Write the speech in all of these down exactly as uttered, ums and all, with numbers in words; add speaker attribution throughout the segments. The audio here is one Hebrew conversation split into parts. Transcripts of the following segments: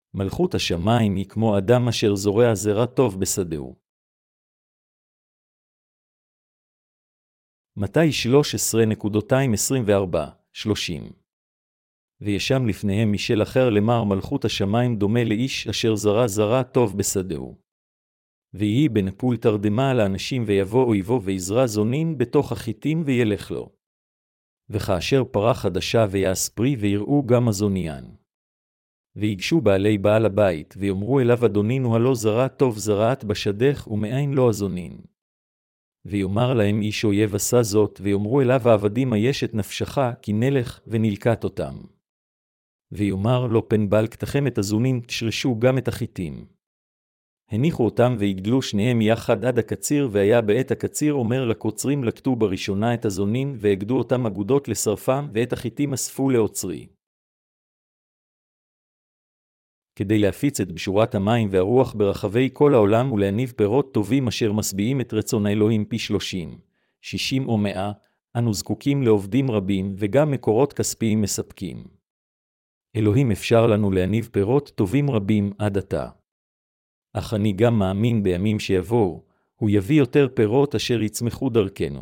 Speaker 1: מלכות השמיים היא כמו אדם אשר זורע זרע טוב בשדהו. מתי שלוש עשרה עשרים וארבע שלושים. וישם לפניהם משל אחר למר מלכות השמיים דומה לאיש אשר זרע זרע טוב בשדהו. ויהי בנפול תרדמה על האנשים ויבוא אויבו ויזרע זונין בתוך החיטים וילך לו. וכאשר פרה חדשה ויעש פרי ויראו גם הזוניין. ויגשו בעלי בעל הבית ויאמרו אליו אדונינו הלא זרע טוב זרעת בשדך ומאין לא הזונין. ויאמר להם איש אויב עשה זאת ויאמרו אליו העבדים היש את נפשך כי נלך ונלקט אותם. ויאמר לו פן בלקתכם את הזונין תשרשו גם את החיטים. הניחו אותם ויגדלו שניהם יחד עד הקציר והיה בעת הקציר אומר לקוצרים לקטו בראשונה את הזונין והגדו אותם אגודות לשרפם ואת החיטים אספו לאוצרי. כדי להפיץ את בשורת המים והרוח ברחבי כל העולם ולהניב פירות טובים אשר משביעים את רצון האלוהים פי שלושים, שישים או מאה, אנו זקוקים לעובדים רבים וגם מקורות כספיים מספקים. אלוהים אפשר לנו להניב פירות טובים רבים עד עתה. אך אני גם מאמין בימים שיבואו, הוא יביא יותר פירות אשר יצמחו דרכנו.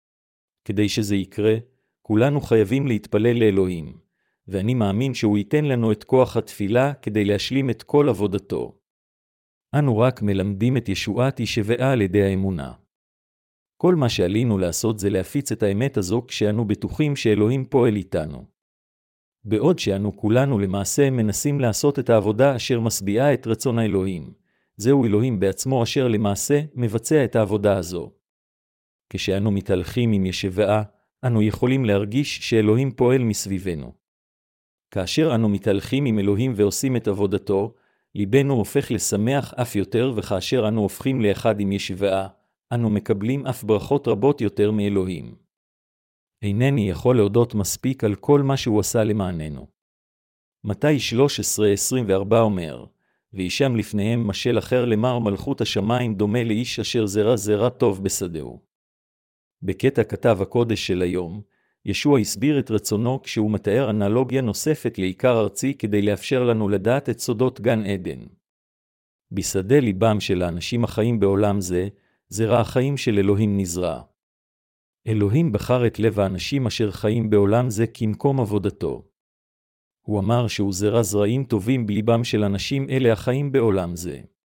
Speaker 1: כדי שזה יקרה, כולנו חייבים להתפלל לאלוהים, ואני מאמין שהוא ייתן לנו את כוח התפילה כדי להשלים את כל עבודתו. אנו רק מלמדים את ישועת ישבעה על ידי האמונה. כל מה שעלינו לעשות זה להפיץ את האמת הזו כשאנו בטוחים שאלוהים פועל איתנו. בעוד שאנו כולנו למעשה מנסים לעשות את העבודה אשר משביעה את רצון האלוהים, זהו אלוהים בעצמו אשר למעשה מבצע את העבודה הזו. כשאנו מתהלכים עם ישבעה, אנו יכולים להרגיש שאלוהים פועל מסביבנו. כאשר אנו מתהלכים עם אלוהים ועושים את עבודתו, ליבנו הופך לשמח אף יותר וכאשר אנו הופכים לאחד עם ישבעה, אנו מקבלים אף ברכות רבות יותר מאלוהים. אינני יכול להודות מספיק על כל מה שהוא עשה למעננו. מתי שלוש עשרה עשרים וארבע אומר, וישם לפניהם משל אחר למר מלכות השמיים דומה לאיש אשר זרע זרע טוב בשדהו. בקטע כתב הקודש של היום, ישוע הסביר את רצונו כשהוא מתאר אנלוגיה נוספת לעיקר ארצי כדי לאפשר לנו לדעת את סודות גן עדן. בשדה ליבם של האנשים החיים בעולם זה, זרע החיים של אלוהים נזרע. אלוהים בחר את לב האנשים אשר חיים בעולם זה כמקום עבודתו. הוא אמר שהוא זרע זרעים טובים בליבם של אנשים אלה החיים בעולם זה.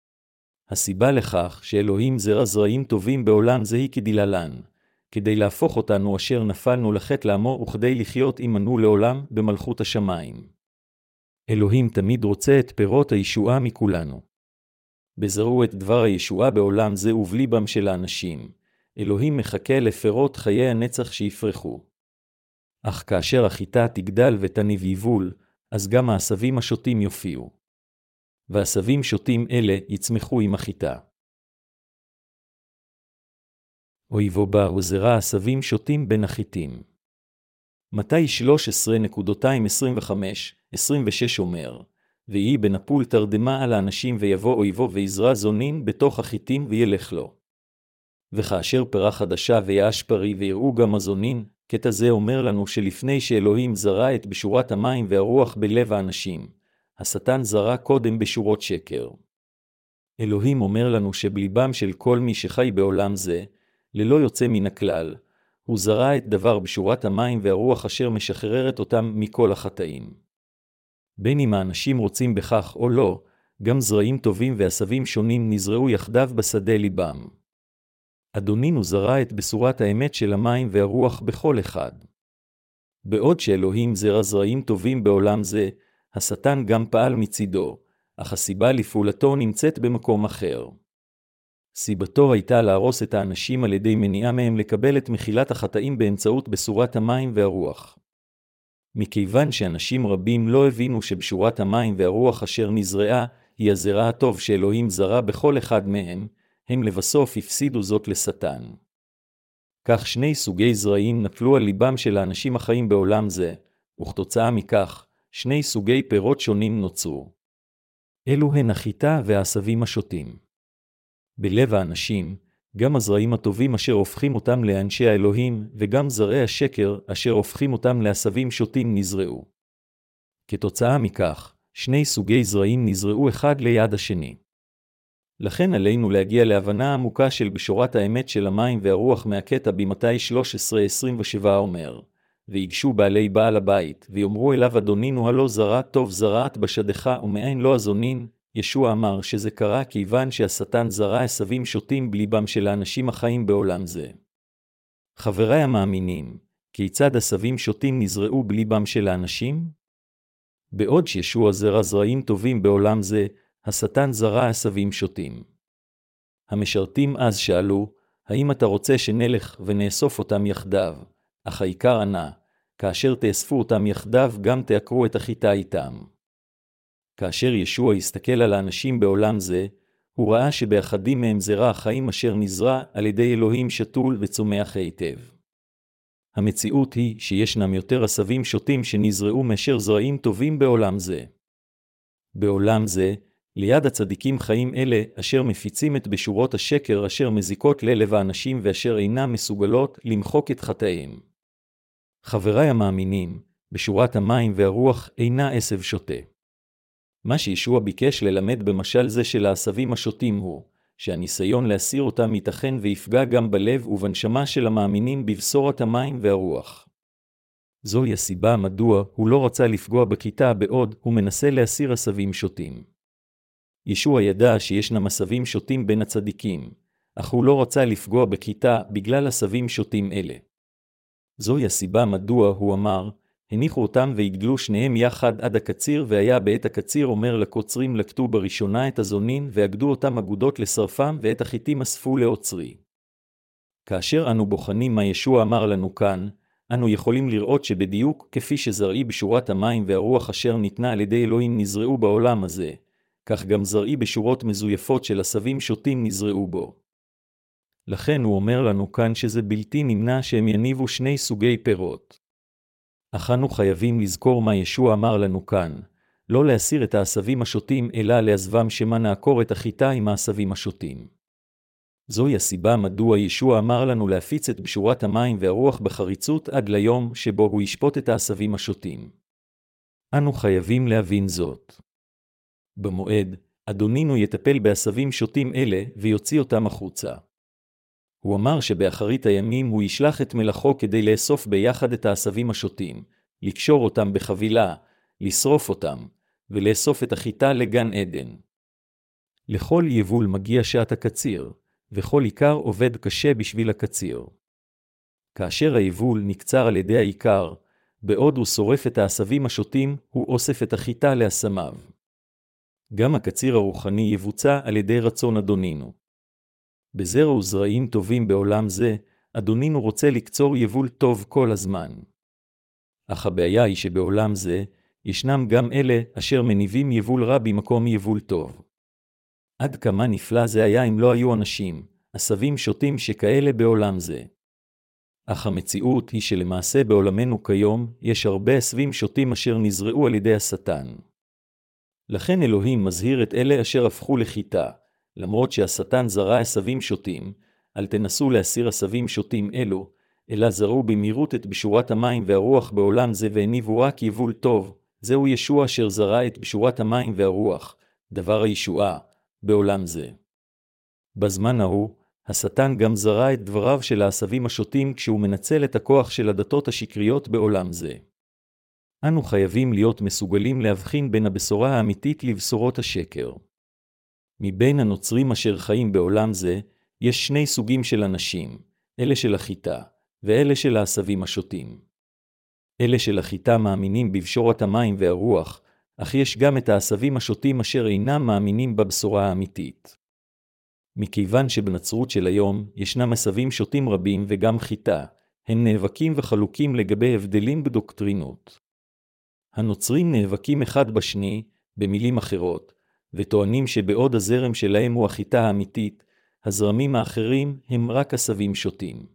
Speaker 1: הסיבה לכך שאלוהים זרע זרעים טובים בעולם זה היא כדלהלן, כדי להפוך אותנו אשר נפלנו לחטא לעמו וכדי לחיות עמנו לעולם במלכות השמיים. אלוהים תמיד רוצה את פירות הישועה מכולנו. בזרעו את דבר הישועה בעולם זה ובליבם של האנשים. אלוהים מחכה לפירות חיי הנצח שיפרחו. אך כאשר החיטה תגדל ותניב יבול, אז גם העשבים השוטים יופיעו. והעשבים שוטים אלה יצמחו עם החיטה. אויבו בא וזרע עשבים שוטים בין החיטים. מתי שלוש עשרה עשרים וחמש עשרים ושש אומר, ויהי בנפול תרדמה על האנשים ויבוא אויבו ויזרע זונין בתוך החיטים וילך לו. וכאשר פרה חדשה ויעש פרי ויראו גם הזונין, קטע זה אומר לנו שלפני שאלוהים זרע את בשורת המים והרוח בלב האנשים, השטן זרע קודם בשורות שקר. אלוהים אומר לנו שבליבם של כל מי שחי בעולם זה, ללא יוצא מן הכלל, הוא זרע את דבר בשורת המים והרוח אשר משחררת אותם מכל החטאים. בין אם האנשים רוצים בכך או לא, גם זרעים טובים ועשבים שונים נזרעו יחדיו בשדה ליבם. אדונינו זרע את בשורת האמת של המים והרוח בכל אחד. בעוד שאלוהים זרע זרעים טובים בעולם זה, השטן גם פעל מצידו, אך הסיבה לפעולתו נמצאת במקום אחר. סיבתו הייתה להרוס את האנשים על ידי מניעה מהם לקבל את מחילת החטאים באמצעות בשורת המים והרוח. מכיוון שאנשים רבים לא הבינו שבשורת המים והרוח אשר נזרעה היא הזרע הטוב שאלוהים זרע בכל אחד מהם, הם לבסוף הפסידו זאת לשטן. כך שני סוגי זרעים נפלו על ליבם של האנשים החיים בעולם זה, וכתוצאה מכך, שני סוגי פירות שונים נוצרו. אלו הן החיטה והעשבים השוטים. בלב האנשים, גם הזרעים הטובים אשר הופכים אותם לאנשי האלוהים, וגם זרעי השקר אשר הופכים אותם לעשבים שוטים נזרעו. כתוצאה מכך, שני סוגי זרעים נזרעו אחד ליד השני. לכן עלינו להגיע להבנה עמוקה של בשורת האמת של המים והרוח מהקטע במתי שלוש עשרה עשרים ושבע אומר, ויגשו בעלי בעל הבית, ויאמרו אליו אדונינו הלא זרע טוב זרעת בשדך ומאין לא הזונין. ישוע אמר שזה קרה כיוון שהשטן זרע עשבים שוטים בליבם של האנשים החיים בעולם זה. חבריי המאמינים, כיצד עשבים שוטים נזרעו בליבם של האנשים? בעוד שישוע זרע זרעים טובים בעולם זה, השטן זרע עשבים שוטים. המשרתים אז שאלו, האם אתה רוצה שנלך ונאסוף אותם יחדיו? אך העיקר ענה, כאשר תאספו אותם יחדיו גם תעקרו את החיטה איתם. כאשר ישוע הסתכל על האנשים בעולם זה, הוא ראה שבאחדים מהם זרע החיים אשר נזרע על ידי אלוהים שתול וצומח היטב. המציאות היא שישנם יותר עשבים שוטים שנזרעו מאשר זרעים טובים בעולם זה. בעולם זה, ליד הצדיקים חיים אלה אשר מפיצים את בשורות השקר אשר מזיקות ללב האנשים ואשר אינם מסוגלות למחוק את חטאיהם. חבריי המאמינים, בשורת המים והרוח אינה עשב שוטה. מה שישוע ביקש ללמד במשל זה של העשבים השוטים הוא, שהניסיון להסיר אותם ייתכן ויפגע גם בלב ובנשמה של המאמינים בבשורת המים והרוח. זוהי הסיבה מדוע הוא לא רצה לפגוע בכיתה בעוד הוא מנסה להסיר עשבים שוטים. ישוע ידע שישנם עשבים שוטים בין הצדיקים, אך הוא לא רצה לפגוע בכיתה בגלל עשבים שוטים אלה. זוהי הסיבה מדוע הוא אמר, הניחו אותם ויגדלו שניהם יחד עד הקציר, והיה בעת הקציר אומר לקוצרים לקטו בראשונה את הזונין ואגדו אותם אגודות לשרפם ואת החיטים אספו לעוצרי. כאשר אנו בוחנים מה ישוע אמר לנו כאן, אנו יכולים לראות שבדיוק כפי שזרעי בשורת המים והרוח אשר ניתנה על ידי אלוהים נזרעו בעולם הזה, כך גם זרעי בשורות מזויפות של עשבים שוטים נזרעו בו. לכן הוא אומר לנו כאן שזה בלתי נמנע שהם יניבו שני סוגי פירות. אך אנו חייבים לזכור מה ישוע אמר לנו כאן, לא להסיר את העשבים השוטים אלא לעזבם שמא נעקור את החיטה עם העשבים השוטים. זוהי הסיבה מדוע ישוע אמר לנו להפיץ את בשורת המים והרוח בחריצות עד ליום שבו הוא ישפוט את העשבים השוטים. אנו חייבים להבין זאת. במועד, אדונינו יטפל בעשבים שוטים אלה ויוציא אותם החוצה. הוא אמר שבאחרית הימים הוא ישלח את מלאכו כדי לאסוף ביחד את העשבים השוטים, לקשור אותם בחבילה, לשרוף אותם, ולאסוף את החיטה לגן עדן. לכל יבול מגיע שעת הקציר, וכל עיקר עובד קשה בשביל הקציר. כאשר היבול נקצר על ידי העיקר, בעוד הוא שורף את העשבים השוטים, הוא אוסף את החיטה לעשמיו. גם הקציר הרוחני יבוצע על ידי רצון אדונינו. בזרע וזרעים טובים בעולם זה, אדונינו רוצה לקצור יבול טוב כל הזמן. אך הבעיה היא שבעולם זה, ישנם גם אלה אשר מניבים יבול רע במקום יבול טוב. עד כמה נפלא זה היה אם לא היו אנשים, עשבים שוטים שכאלה בעולם זה. אך המציאות היא שלמעשה בעולמנו כיום, יש הרבה עשבים שוטים אשר נזרעו על ידי השטן. לכן אלוהים מזהיר את אלה אשר הפכו לחיטה, למרות שהשטן זרע עשבים שוטים, אל תנסו להסיר עשבים שוטים אלו, אלא זרעו במהירות את בשורת המים והרוח בעולם זה והניבו רק יבול טוב. זהו ישוע אשר זרע את בשורת המים והרוח, דבר הישועה, בעולם זה. בזמן ההוא, השטן גם זרע את דבריו של העשבים השוטים כשהוא מנצל את הכוח של הדתות השקריות בעולם זה. אנו חייבים להיות מסוגלים להבחין בין הבשורה האמיתית לבשורות השקר. מבין הנוצרים אשר חיים בעולם זה, יש שני סוגים של אנשים, אלה של החיטה, ואלה של העשבים השוטים. אלה של החיטה מאמינים בבשורת המים והרוח, אך יש גם את העשבים השוטים אשר אינם מאמינים בבשורה האמיתית. מכיוון שבנצרות של היום ישנם עשבים שוטים רבים וגם חיטה, הם נאבקים וחלוקים לגבי הבדלים בדוקטרינות. הנוצרים נאבקים אחד בשני, במילים אחרות, וטוענים שבעוד הזרם שלהם הוא החיטה האמיתית, הזרמים האחרים הם רק עשבים שוטים.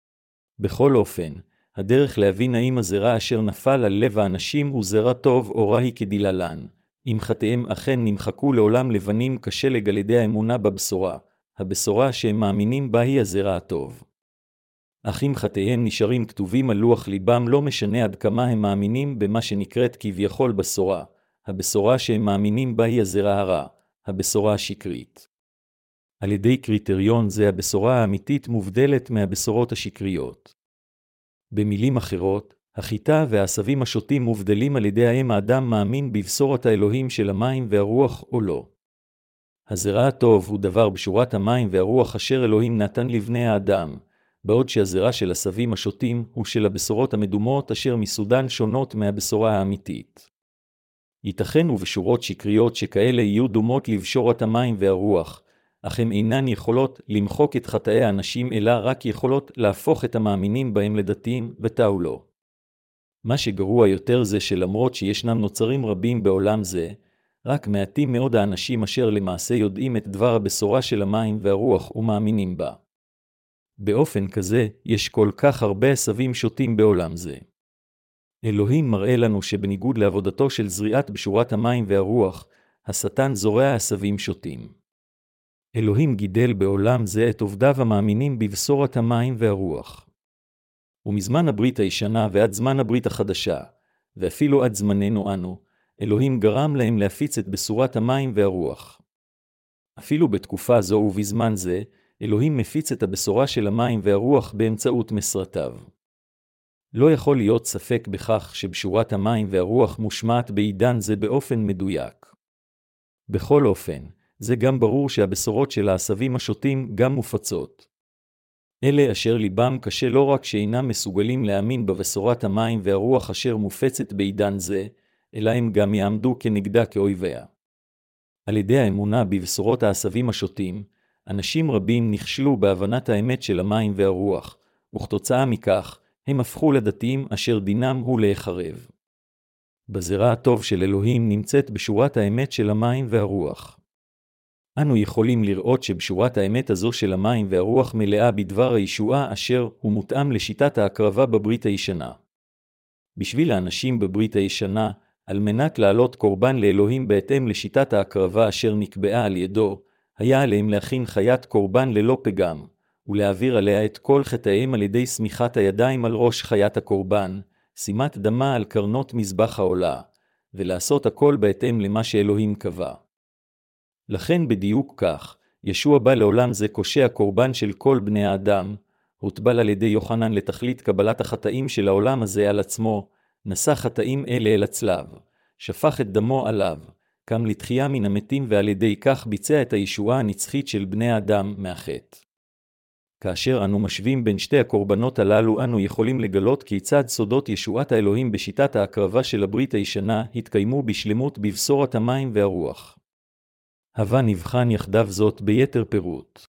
Speaker 1: בכל אופן, הדרך להבין האם הזרע אשר נפל על לב האנשים הוא זרע טוב או רע היא כדלהלן. אם חטאיהם אכן נמחקו לעולם לבנים כשלג על ידי האמונה בבשורה, הבשורה שהם מאמינים בה היא הזרע הטוב. אך אם חטאיהם נשארים כתובים על לוח ליבם לא משנה עד כמה הם מאמינים במה שנקראת כביכול בשורה, הבשורה שהם מאמינים בה היא הזרע הרע, הבשורה השקרית. על ידי קריטריון זה הבשורה האמיתית מובדלת מהבשורות השקריות. במילים אחרות, החיטה והעשבים השוטים מובדלים על ידי האם האדם מאמין בבשורת האלוהים של המים והרוח או לא. הזרע הטוב הוא דבר בשורת המים והרוח אשר אלוהים נתן לבני האדם, בעוד שהזרע של עשבים השוטים הוא של הבשורות המדומות אשר מסודן שונות מהבשורה האמיתית. ייתכן ובשורות שקריות שכאלה יהיו דומות לבשורת המים והרוח, אך הן אינן יכולות למחוק את חטאי האנשים אלא רק יכולות להפוך את המאמינים בהם לדתיים ותו לא. מה שגרוע יותר זה שלמרות שישנם נוצרים רבים בעולם זה, רק מעטים מאוד האנשים אשר למעשה יודעים את דבר הבשורה של המים והרוח ומאמינים בה. באופן כזה, יש כל כך הרבה עשבים שוטים בעולם זה. אלוהים מראה לנו שבניגוד לעבודתו של זריעת בשורת המים והרוח, השטן זורע עשבים שוטים. אלוהים גידל בעולם זה את עובדיו המאמינים בבשורת המים והרוח. ומזמן הברית הישנה ועד זמן הברית החדשה, ואפילו עד זמננו אנו, אלוהים גרם להם להפיץ את בשורת המים והרוח. אפילו בתקופה זו ובזמן זה, אלוהים מפיץ את הבשורה של המים והרוח באמצעות מסרטיו. לא יכול להיות ספק בכך שבשורת המים והרוח מושמעת בעידן זה באופן מדויק. בכל אופן, זה גם ברור שהבשורות של העשבים השוטים גם מופצות. אלה אשר ליבם קשה לא רק שאינם מסוגלים להאמין בבשורת המים והרוח אשר מופצת בעידן זה, אלא הם גם יעמדו כנגדה כאויביה. על ידי האמונה בבשורות העשבים השוטים, אנשים רבים נכשלו בהבנת האמת של המים והרוח, וכתוצאה מכך, הם הפכו לדתיים אשר דינם הוא להיחרב. בזרע הטוב של אלוהים נמצאת בשורת האמת של המים והרוח. אנו יכולים לראות שבשורת האמת הזו של המים והרוח מלאה בדבר הישועה אשר הוא מותאם לשיטת ההקרבה בברית הישנה. בשביל האנשים בברית הישנה, על מנת לעלות קורבן לאלוהים בהתאם לשיטת ההקרבה אשר נקבעה על ידו, היה עליהם להכין חיית קורבן ללא פגם, ולהעביר עליה את כל חטאיהם על ידי סמיכת הידיים על ראש חיית הקורבן, שימת דמה על קרנות מזבח העולה, ולעשות הכל בהתאם למה שאלוהים קבע. לכן בדיוק כך, ישוע בא לעולם זה קושע קורבן של כל בני האדם, הוטבל על ידי יוחנן לתכלית קבלת החטאים של העולם הזה על עצמו, נשא חטאים אלה אל הצלב, שפך את דמו עליו, קם לתחייה מן המתים ועל ידי כך ביצע את הישועה הנצחית של בני האדם מהחטא. כאשר אנו משווים בין שתי הקורבנות הללו אנו יכולים לגלות כיצד סודות ישועת האלוהים בשיטת ההקרבה של הברית הישנה התקיימו בשלמות בבשורת המים והרוח. הבה נבחן יחדיו זאת ביתר פירוט.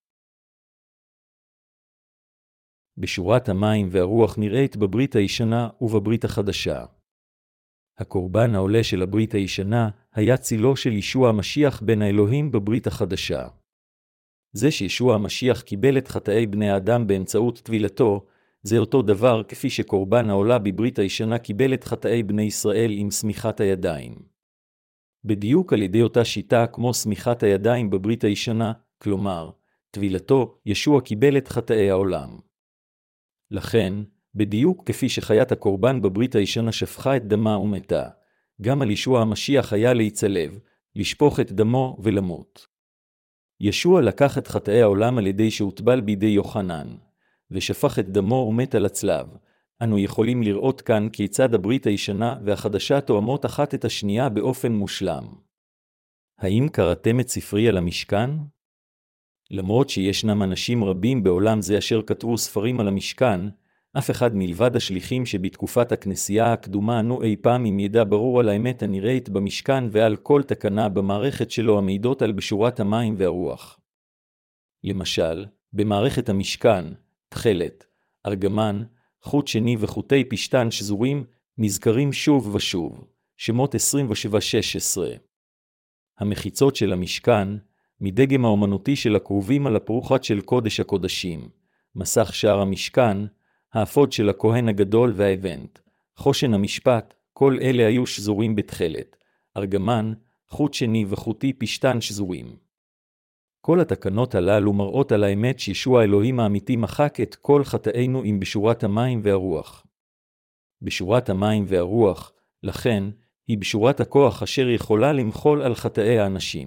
Speaker 1: בשורת המים והרוח נראית בברית הישנה ובברית החדשה. הקורבן העולה של הברית הישנה היה צילו של ישוע המשיח בן האלוהים בברית החדשה. זה שישוע המשיח קיבל את חטאי בני האדם באמצעות טבילתו, זה אותו דבר כפי שקורבן העולה בברית הישנה קיבל את חטאי בני ישראל עם סמיכת הידיים. בדיוק על ידי אותה שיטה כמו סמיכת הידיים בברית הישנה, כלומר, טבילתו, ישוע קיבל את חטאי העולם. לכן, בדיוק כפי שחיית הקורבן בברית הישנה שפכה את דמה ומתה, גם על ישוע המשיח היה להיצלב, לשפוך את דמו ולמות. ישוע לקח את חטאי העולם על ידי שהוטבל בידי יוחנן, ושפך את דמו ומת על הצלב. אנו יכולים לראות כאן כיצד הברית הישנה והחדשה תואמות אחת את השנייה באופן מושלם. האם קראתם את ספרי על המשכן? למרות שישנם אנשים רבים בעולם זה אשר כתבו ספרים על המשכן, אף אחד מלבד השליחים שבתקופת הכנסייה הקדומה ענו אי פעם עם ידע ברור על האמת הנראית במשכן ועל כל תקנה במערכת שלו המעידות על בשורת המים והרוח. למשל, במערכת המשכן, תכלת, ארגמן, חוט שני וחוטי פשתן שזורים נזכרים שוב ושוב, שמות עשרים ושבע שש עשרה. המחיצות של המשכן, מדגם האומנותי של הקרובים על הפרוחת של קודש הקודשים, מסך שער המשכן, האפוד של הכהן הגדול והאבנט, חושן המשפט, כל אלה היו שזורים בתכלת, ארגמן, חוט שני וחוטי פשתן שזורים. כל התקנות הללו מראות על האמת שישוע האלוהים האמיתי מחק את כל חטאינו עם בשורת המים והרוח. בשורת המים והרוח, לכן, היא בשורת הכוח אשר יכולה למחול על חטאי האנשים.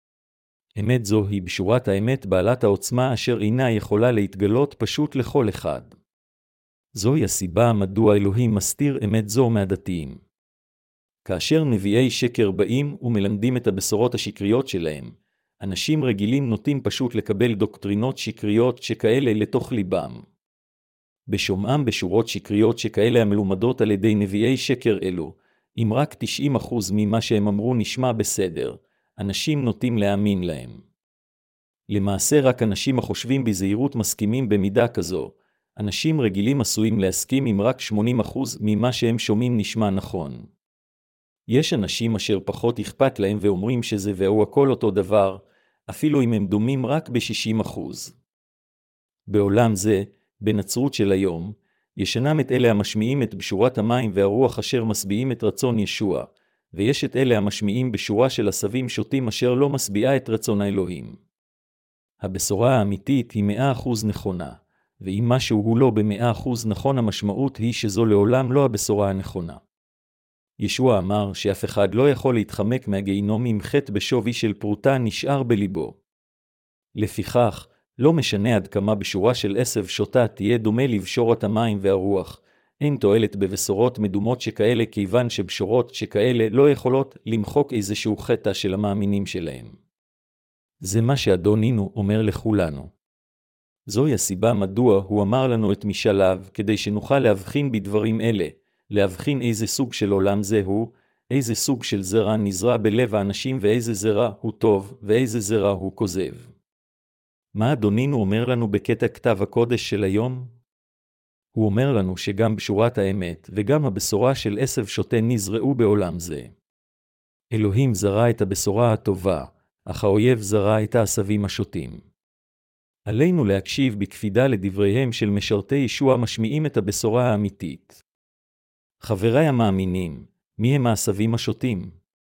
Speaker 1: אמת זו היא בשורת האמת בעלת העוצמה אשר אינה יכולה להתגלות פשוט לכל אחד. זוהי הסיבה מדוע אלוהים מסתיר אמת זו מהדתיים. כאשר נביאי שקר באים ומלמדים את הבשורות השקריות שלהם, אנשים רגילים נוטים פשוט לקבל דוקטרינות שקריות שכאלה לתוך ליבם. בשומעם בשורות שקריות שכאלה המלומדות על ידי נביאי שקר אלו, אם רק תשעים אחוז ממה שהם אמרו נשמע בסדר, אנשים נוטים להאמין להם. למעשה רק אנשים החושבים בזהירות מסכימים במידה כזו, אנשים רגילים עשויים להסכים אם רק שמונים אחוז ממה שהם שומעים נשמע נכון. יש אנשים אשר פחות אכפת להם ואומרים שזה והוא הכל אותו דבר, אפילו אם הם דומים רק ב-שישים אחוז. בעולם זה, בנצרות של היום, ישנם את אלה המשמיעים את בשורת המים והרוח אשר משביעים את רצון ישוע, ויש את אלה המשמיעים בשורה של עשבים שוטים אשר לא משביעה את רצון האלוהים. הבשורה האמיתית היא מאה אחוז נכונה, ואם משהו הוא לא במאה אחוז נכון המשמעות היא שזו לעולם לא הבשורה הנכונה. ישוע אמר שאף אחד לא יכול להתחמק מהגיהינום אם חטא בשווי של פרוטה נשאר בליבו. לפיכך, לא משנה עד כמה בשורה של עשב שוטה תהיה דומה לבשורת המים והרוח, אין תועלת בבשורות מדומות שכאלה כיוון שבשורות שכאלה לא יכולות למחוק איזשהו חטא של המאמינים שלהם. זה מה שאדונינו אומר לכולנו. זוהי הסיבה מדוע הוא אמר לנו את משאליו כדי שנוכל להבחין בדברים אלה, להבחין איזה סוג של עולם זה הוא, איזה סוג של זרע נזרע בלב האנשים ואיזה זרע הוא טוב ואיזה זרע הוא כוזב. מה אדונינו אומר לנו בקטע כתב הקודש של היום? הוא אומר לנו שגם בשורת האמת וגם הבשורה של עשב שוטה נזרעו בעולם זה. אלוהים זרע את הבשורה הטובה, אך האויב זרע את העשבים השוטים. עלינו להקשיב בקפידה לדבריהם של משרתי ישוע משמיעים את הבשורה האמיתית. חבריי המאמינים, מי הם העשבים השוטים?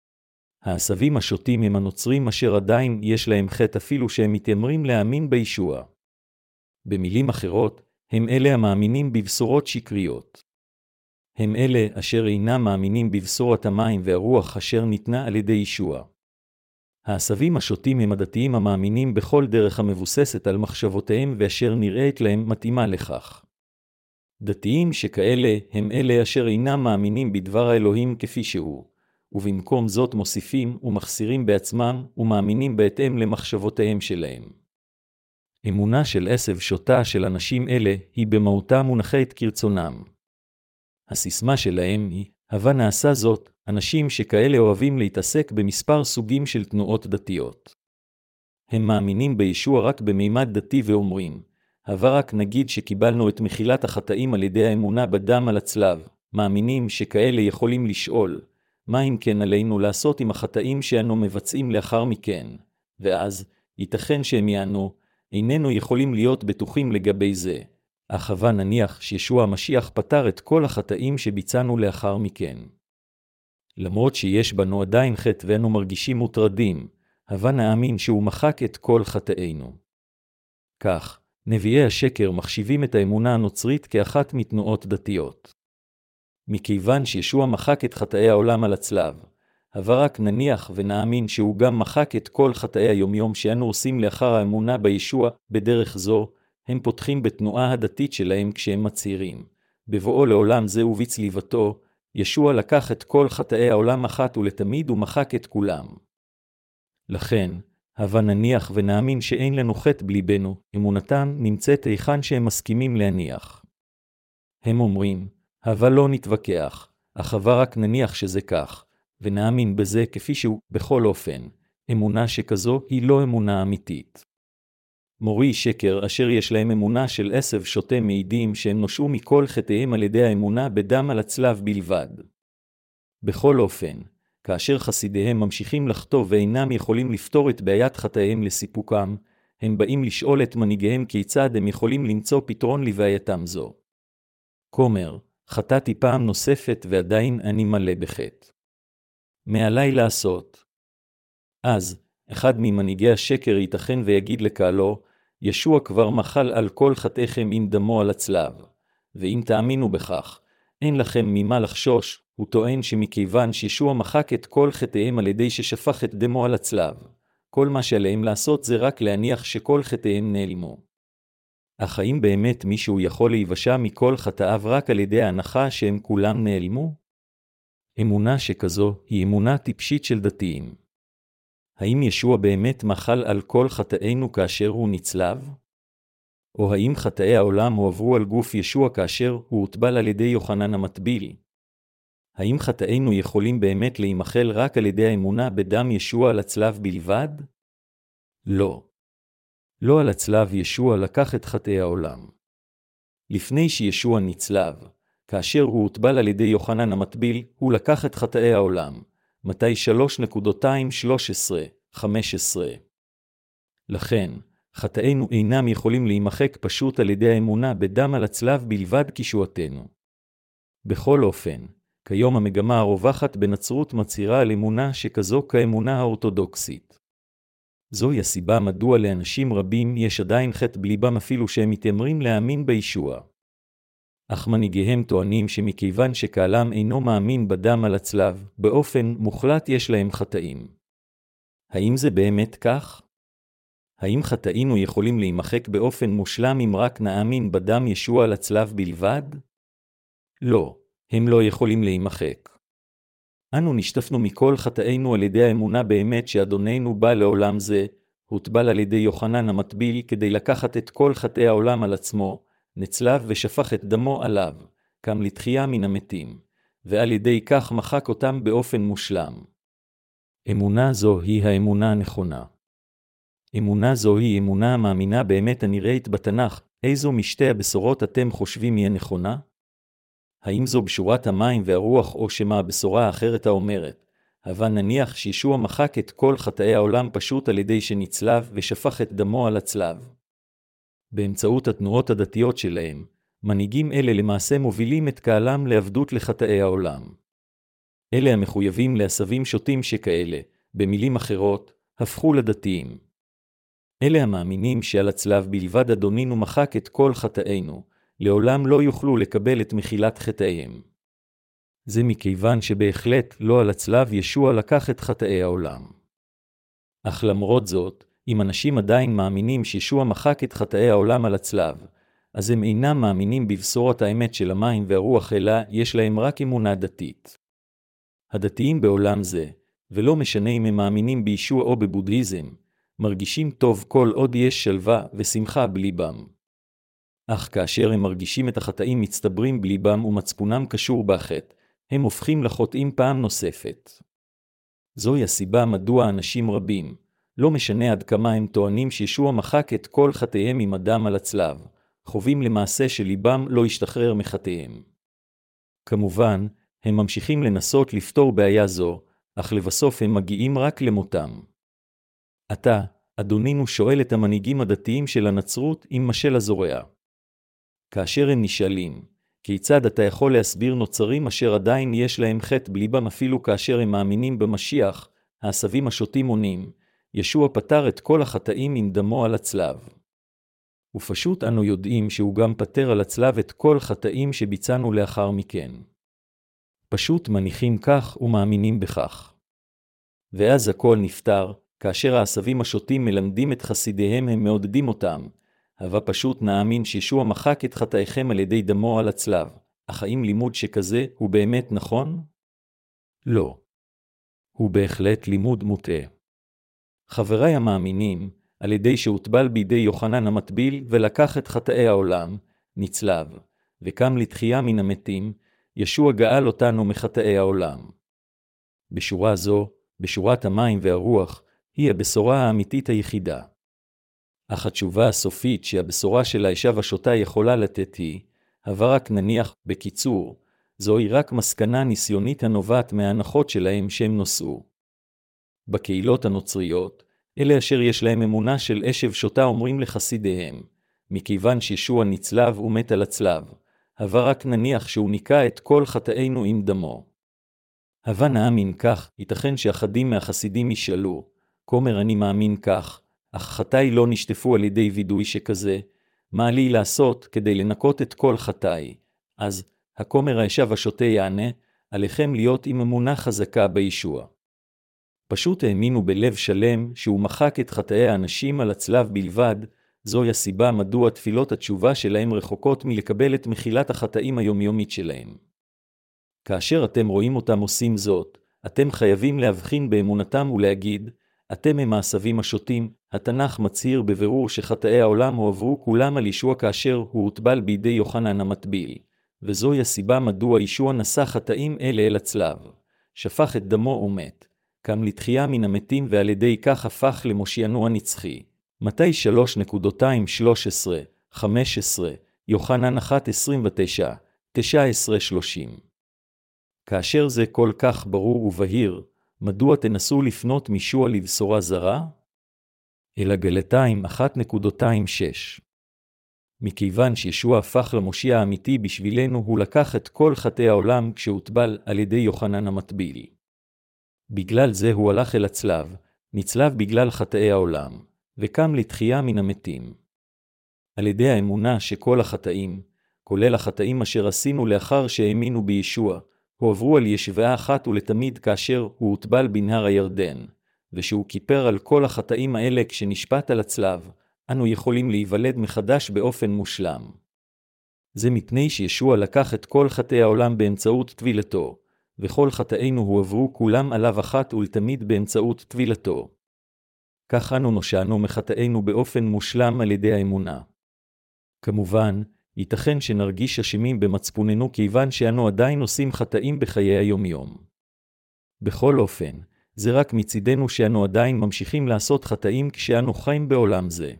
Speaker 1: העשבים השוטים הם הנוצרים אשר עדיין יש להם חטא אפילו שהם מתיימרים להאמין בישוע. במילים אחרות, הם אלה המאמינים בבשורות שקריות. הם אלה אשר אינם מאמינים בבשורת המים והרוח אשר ניתנה על ידי ישוע. העשבים השוטים הם הדתיים המאמינים בכל דרך המבוססת על מחשבותיהם ואשר נראית להם מתאימה לכך. דתיים שכאלה הם אלה אשר אינם מאמינים בדבר האלוהים כפי שהוא, ובמקום זאת מוסיפים ומחסירים בעצמם ומאמינים בהתאם למחשבותיהם שלהם. אמונה של עשב שוטה של אנשים אלה היא במהותה מונחית כרצונם. הסיסמה שלהם היא, הווה נעשה זאת, אנשים שכאלה אוהבים להתעסק במספר סוגים של תנועות דתיות. הם מאמינים בישוע רק במימד דתי ואומרים, הווה רק נגיד שקיבלנו את מחילת החטאים על ידי האמונה בדם על הצלב, מאמינים שכאלה יכולים לשאול, מה אם כן עלינו לעשות עם החטאים שאנו מבצעים לאחר מכן, ואז, ייתכן שהם יענו, איננו יכולים להיות בטוחים לגבי זה, אך הווה נניח שישוע המשיח פתר את כל החטאים שביצענו לאחר מכן. למרות שיש בנו עדיין חטא ואנו מרגישים מוטרדים, הווה נאמין שהוא מחק את כל חטאינו. כך, נביאי השקר מחשיבים את האמונה הנוצרית כאחת מתנועות דתיות. מכיוון שישוע מחק את חטאי העולם על הצלב, הווה רק נניח ונאמין שהוא גם מחק את כל חטאי היומיום שאנו עושים לאחר האמונה בישוע. בדרך זו, הם פותחים בתנועה הדתית שלהם כשהם מצהירים. בבואו לעולם זה ובצליבתו, ישוע לקח את כל חטאי העולם אחת ולתמיד ומחק את כולם. לכן, הווה נניח ונאמין שאין לנו חטא בליבנו, אמונתם נמצאת היכן שהם מסכימים להניח. הם אומרים, הווה לא נתווכח, אך הווה רק נניח שזה כך, ונאמין בזה כפי שהוא. בכל אופן, אמונה שכזו היא לא אמונה אמיתית. מורי שקר אשר יש להם אמונה של עשב שוטה מעידים שהם נושעו מכל חטאיהם על ידי האמונה בדם על הצלב בלבד. בכל אופן, כאשר חסידיהם ממשיכים לחטוא ואינם יכולים לפתור את בעיית חטאיהם לסיפוקם, הם באים לשאול את מנהיגיהם כיצד הם יכולים למצוא פתרון לבעייתם זו. כומר, חטאתי פעם נוספת ועדיין אני מלא בחטא. מה עליי לעשות? אז, אחד ממנהיגי השקר ייתכן ויגיד לקהלו, ישוע כבר מחל על כל חטאיכם עם דמו על הצלב, ואם תאמינו בכך, אין לכם ממה לחשוש, הוא טוען שמכיוון שישוע מחק את כל חטאיהם על ידי ששפך את דמו על הצלב, כל מה שעליהם לעשות זה רק להניח שכל חטאיהם נעלמו. אך האם באמת מישהו יכול להיוושע מכל חטאיו רק על ידי ההנחה שהם כולם נעלמו? אמונה שכזו היא אמונה טיפשית של דתיים. האם ישוע באמת מחל על כל חטאינו כאשר הוא נצלב? או האם חטאי העולם הועברו על גוף ישוע כאשר הוא הוטבל על ידי יוחנן המטביל? האם חטאינו יכולים באמת להימחל רק על ידי האמונה בדם ישוע על הצלב בלבד? לא. לא על הצלב ישוע לקח את חטאי העולם. לפני שישוע נצלב, כאשר הוא הוטבל על ידי יוחנן המטביל, הוא לקח את חטאי העולם. מתי שלוש שלוש עשרה חמש עשרה. לכן, חטאינו אינם יכולים להימחק פשוט על ידי האמונה בדם על הצלב בלבד כישועתנו. בכל אופן, כיום המגמה הרווחת בנצרות מצהירה על אמונה שכזו כאמונה האורתודוקסית. זוהי הסיבה מדוע לאנשים רבים יש עדיין חטא בליבם אפילו שהם מתיימרים להאמין בישוע. אך מנהיגיהם טוענים שמכיוון שקהלם אינו מאמין בדם על הצלב, באופן מוחלט יש להם חטאים. האם זה באמת כך? האם חטאינו יכולים להימחק באופן מושלם אם רק נאמין בדם ישוע על הצלב בלבד? לא, הם לא יכולים להימחק. אנו נשטפנו מכל חטאינו על ידי האמונה באמת שאדוננו בא לעולם זה, הוטבל על ידי יוחנן המטביל כדי לקחת את כל חטאי העולם על עצמו, נצלב ושפך את דמו עליו, קם לתחייה מן המתים, ועל ידי כך מחק אותם באופן מושלם. אמונה זו היא האמונה הנכונה. אמונה זו היא אמונה המאמינה באמת הנראית בתנ"ך. איזו משתי הבשורות אתם חושבים היא נכונה? האם זו בשורת המים והרוח או שמה הבשורה האחרת האומרת, אבל נניח שישוע מחק את כל חטאי העולם פשוט על ידי שנצלב ושפך את דמו על הצלב? באמצעות התנועות הדתיות שלהם, מנהיגים אלה למעשה מובילים את קהלם לעבדות לחטאי העולם. אלה המחויבים לעשבים שוטים שכאלה, במילים אחרות, הפכו לדתיים. אלה המאמינים שעל הצלב בלבד אדונינו מחק את כל חטאינו, לעולם לא יוכלו לקבל את מחילת חטאיהם. זה מכיוון שבהחלט לא על הצלב ישוע לקח את חטאי העולם. אך למרות זאת, אם אנשים עדיין מאמינים שישוע מחק את חטאי העולם על הצלב, אז הם אינם מאמינים בבשורת האמת של המים והרוח, אלא יש להם רק אמונה דתית. הדתיים בעולם זה, ולא משנה אם הם מאמינים בישוע או בבודהיזם, מרגישים טוב כל עוד יש שלווה ושמחה בליבם. אך כאשר הם מרגישים את החטאים מצטברים בליבם ומצפונם קשור בחטא, הם הופכים לחוטאים פעם נוספת. זוהי הסיבה מדוע אנשים רבים, לא משנה עד כמה הם טוענים שישוע מחק את כל חטאיהם עם הדם על הצלב, חווים למעשה שליבם לא ישתחרר מחטאיהם. כמובן, הם ממשיכים לנסות לפתור בעיה זו, אך לבסוף הם מגיעים רק למותם. עתה, אדונינו שואל את המנהיגים הדתיים של הנצרות עם משל הזורע. כאשר הם נשאלים, כיצד אתה יכול להסביר נוצרים אשר עדיין יש להם חטא בליבם אפילו כאשר הם מאמינים במשיח, העשבים השוטים עונים, ישוע פתר את כל החטאים עם דמו על הצלב. ופשוט אנו יודעים שהוא גם פתר על הצלב את כל חטאים שביצענו לאחר מכן. פשוט מניחים כך ומאמינים בכך. ואז הכל נפתר, כאשר העשבים השוטים מלמדים את חסידיהם הם מעודדים אותם, אבל פשוט נאמין שישוע מחק את חטאיכם על ידי דמו על הצלב. אך האם לימוד שכזה הוא באמת נכון? לא. הוא בהחלט לימוד מוטעה. חבריי המאמינים, על ידי שהוטבל בידי יוחנן המטביל ולקח את חטאי העולם, נצלב, וקם לתחייה מן המתים, ישוע גאל אותנו מחטאי העולם. בשורה זו, בשורת המים והרוח, היא הבשורה האמיתית היחידה. אך התשובה הסופית שהבשורה של העשב השוטה יכולה לתת היא, אבל רק נניח, בקיצור, זוהי רק מסקנה ניסיונית הנובעת מההנחות שלהם שהם נושאו. בקהילות הנוצריות, אלה אשר יש להם אמונה של עשב שוטה אומרים לחסידיהם, מכיוון שישוע נצלב ומת על הצלב, אבל רק נניח שהוא ניקה את כל חטאינו עם דמו. הווה נאמין כך, ייתכן שאחדים מהחסידים ישאלו, כומר אני מאמין כך, אך חטאי לא נשטפו על ידי וידוי שכזה, מה לי לעשות כדי לנקות את כל חטאי? אז, הכומר העשב השוטה יענה, עליכם להיות עם אמונה חזקה בישוע. פשוט האמינו בלב שלם שהוא מחק את חטאי האנשים על הצלב בלבד. זוהי הסיבה מדוע תפילות התשובה שלהם רחוקות מלקבל את מחילת החטאים היומיומית שלהם. כאשר אתם רואים אותם עושים זאת, אתם חייבים להבחין באמונתם ולהגיד, אתם הם העשבים השוטים. התנ"ך מצהיר בבירור שחטאי העולם הועברו כולם על ישוע כאשר הוא הוטבל בידי יוחנן המטביל, וזוהי הסיבה מדוע ישוע נשא חטאים אלה אל הצלב, שפך את דמו ומת, קם לתחייה מן המתים ועל ידי כך הפך למושיענו הנצחי. מתי שלוש שלוש עשרה חמש עשרה, יוחנן אחת עשרים ותשע תשע עשרה שלושים. כאשר זה כל כך ברור ובהיר, מדוע תנסו לפנות מישוע לבשורה זרה? אלא גלתיים אחת שש. מכיוון שישוע הפך למושיע האמיתי בשבילנו, הוא לקח את כל חטאי העולם כשהוטבל על ידי יוחנן המטביל. בגלל זה הוא הלך אל הצלב, נצלב בגלל חטאי העולם, וקם לתחייה מן המתים. על ידי האמונה שכל החטאים, כולל החטאים אשר עשינו לאחר שהאמינו בישוע, הועברו על ישבעה אחת ולתמיד כאשר הוא הוטבל בנהר הירדן, ושהוא כיפר על כל החטאים האלה כשנשפט על הצלב, אנו יכולים להיוולד מחדש באופן מושלם. זה מפני שישוע לקח את כל חטאי העולם באמצעות טבילתו, וכל חטאינו הועברו כולם עליו אחת ולתמיד באמצעות טבילתו. כך אנו נושענו מחטאינו באופן מושלם על ידי האמונה. כמובן, ייתכן שנרגיש אשמים במצפוננו כיוון שאנו עדיין עושים חטאים בחיי היומיום. בכל אופן, זה רק מצידנו שאנו עדיין ממשיכים לעשות חטאים כשאנו חיים בעולם זה.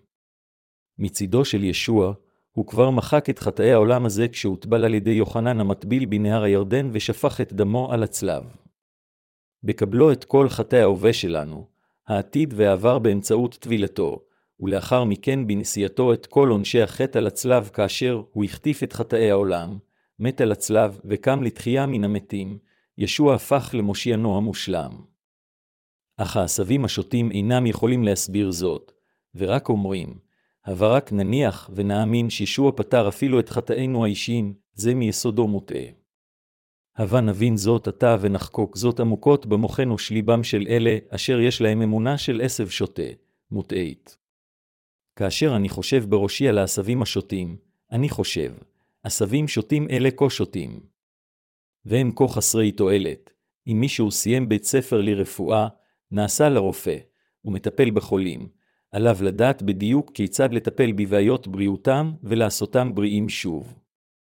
Speaker 1: מצידו של ישוע, הוא כבר מחק את חטאי העולם הזה כשהוטבל על ידי יוחנן המטביל בנהר הירדן ושפך את דמו על הצלב. בקבלו את כל חטאי ההווה שלנו, העתיד והעבר באמצעות טבילתו, ולאחר מכן בנשיאתו את כל עונשי החטא על הצלב כאשר הוא החטיף את חטאי העולם, מת על הצלב וקם לתחייה מן המתים, ישוע הפך למושיענו המושלם. אך העשבים השוטים אינם יכולים להסביר זאת, ורק אומרים, הבה רק נניח ונאמין שישוע פתר אפילו את חטאינו האישיים, זה מיסודו מוטעה. הבה נבין זאת עתה ונחקוק זאת עמוקות במוחנו שליבם של אלה אשר יש להם אמונה של עשב שוטה, מוטעית. כאשר אני חושב בראשי על העשבים השוטים, אני חושב, עשבים שוטים אלה כה שוטים. והם כה חסרי תועלת. אם מישהו סיים בית ספר לרפואה, נעשה לרופא, ומטפל בחולים, עליו לדעת בדיוק כיצד לטפל בבעיות בריאותם ולעשותם בריאים שוב.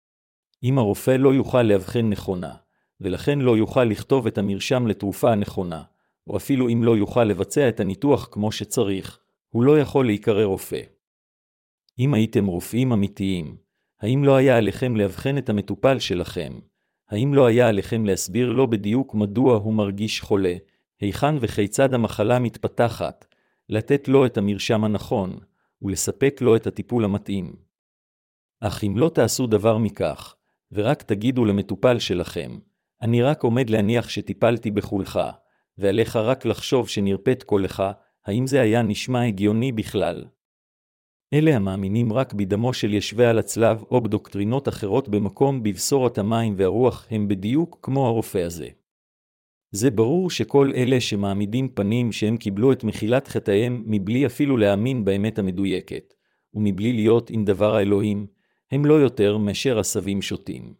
Speaker 1: אם הרופא לא יוכל להבחן נכונה, ולכן לא יוכל לכתוב את המרשם לתרופה הנכונה, או אפילו אם לא יוכל לבצע את הניתוח כמו שצריך, הוא לא יכול להיקרא רופא. אם הייתם רופאים אמיתיים, האם לא היה עליכם להבחן את המטופל שלכם? האם לא היה עליכם להסביר לו בדיוק מדוע הוא מרגיש חולה, היכן וכיצד המחלה מתפתחת, לתת לו את המרשם הנכון, ולספק לו את הטיפול המתאים? אך אם לא תעשו דבר מכך, ורק תגידו למטופל שלכם, אני רק עומד להניח שטיפלתי בחולך, ועליך רק לחשוב שנרפאת קולך, האם זה היה נשמע הגיוני בכלל? אלה המאמינים רק בדמו של ישוע על הצלב או בדוקטרינות אחרות במקום בבשורת המים והרוח הם בדיוק כמו הרופא הזה. זה ברור שכל אלה שמעמידים פנים שהם קיבלו את מחילת חטאיהם מבלי אפילו להאמין באמת המדויקת, ומבלי להיות עם דבר האלוהים, הם לא יותר מאשר עשבים שוטים.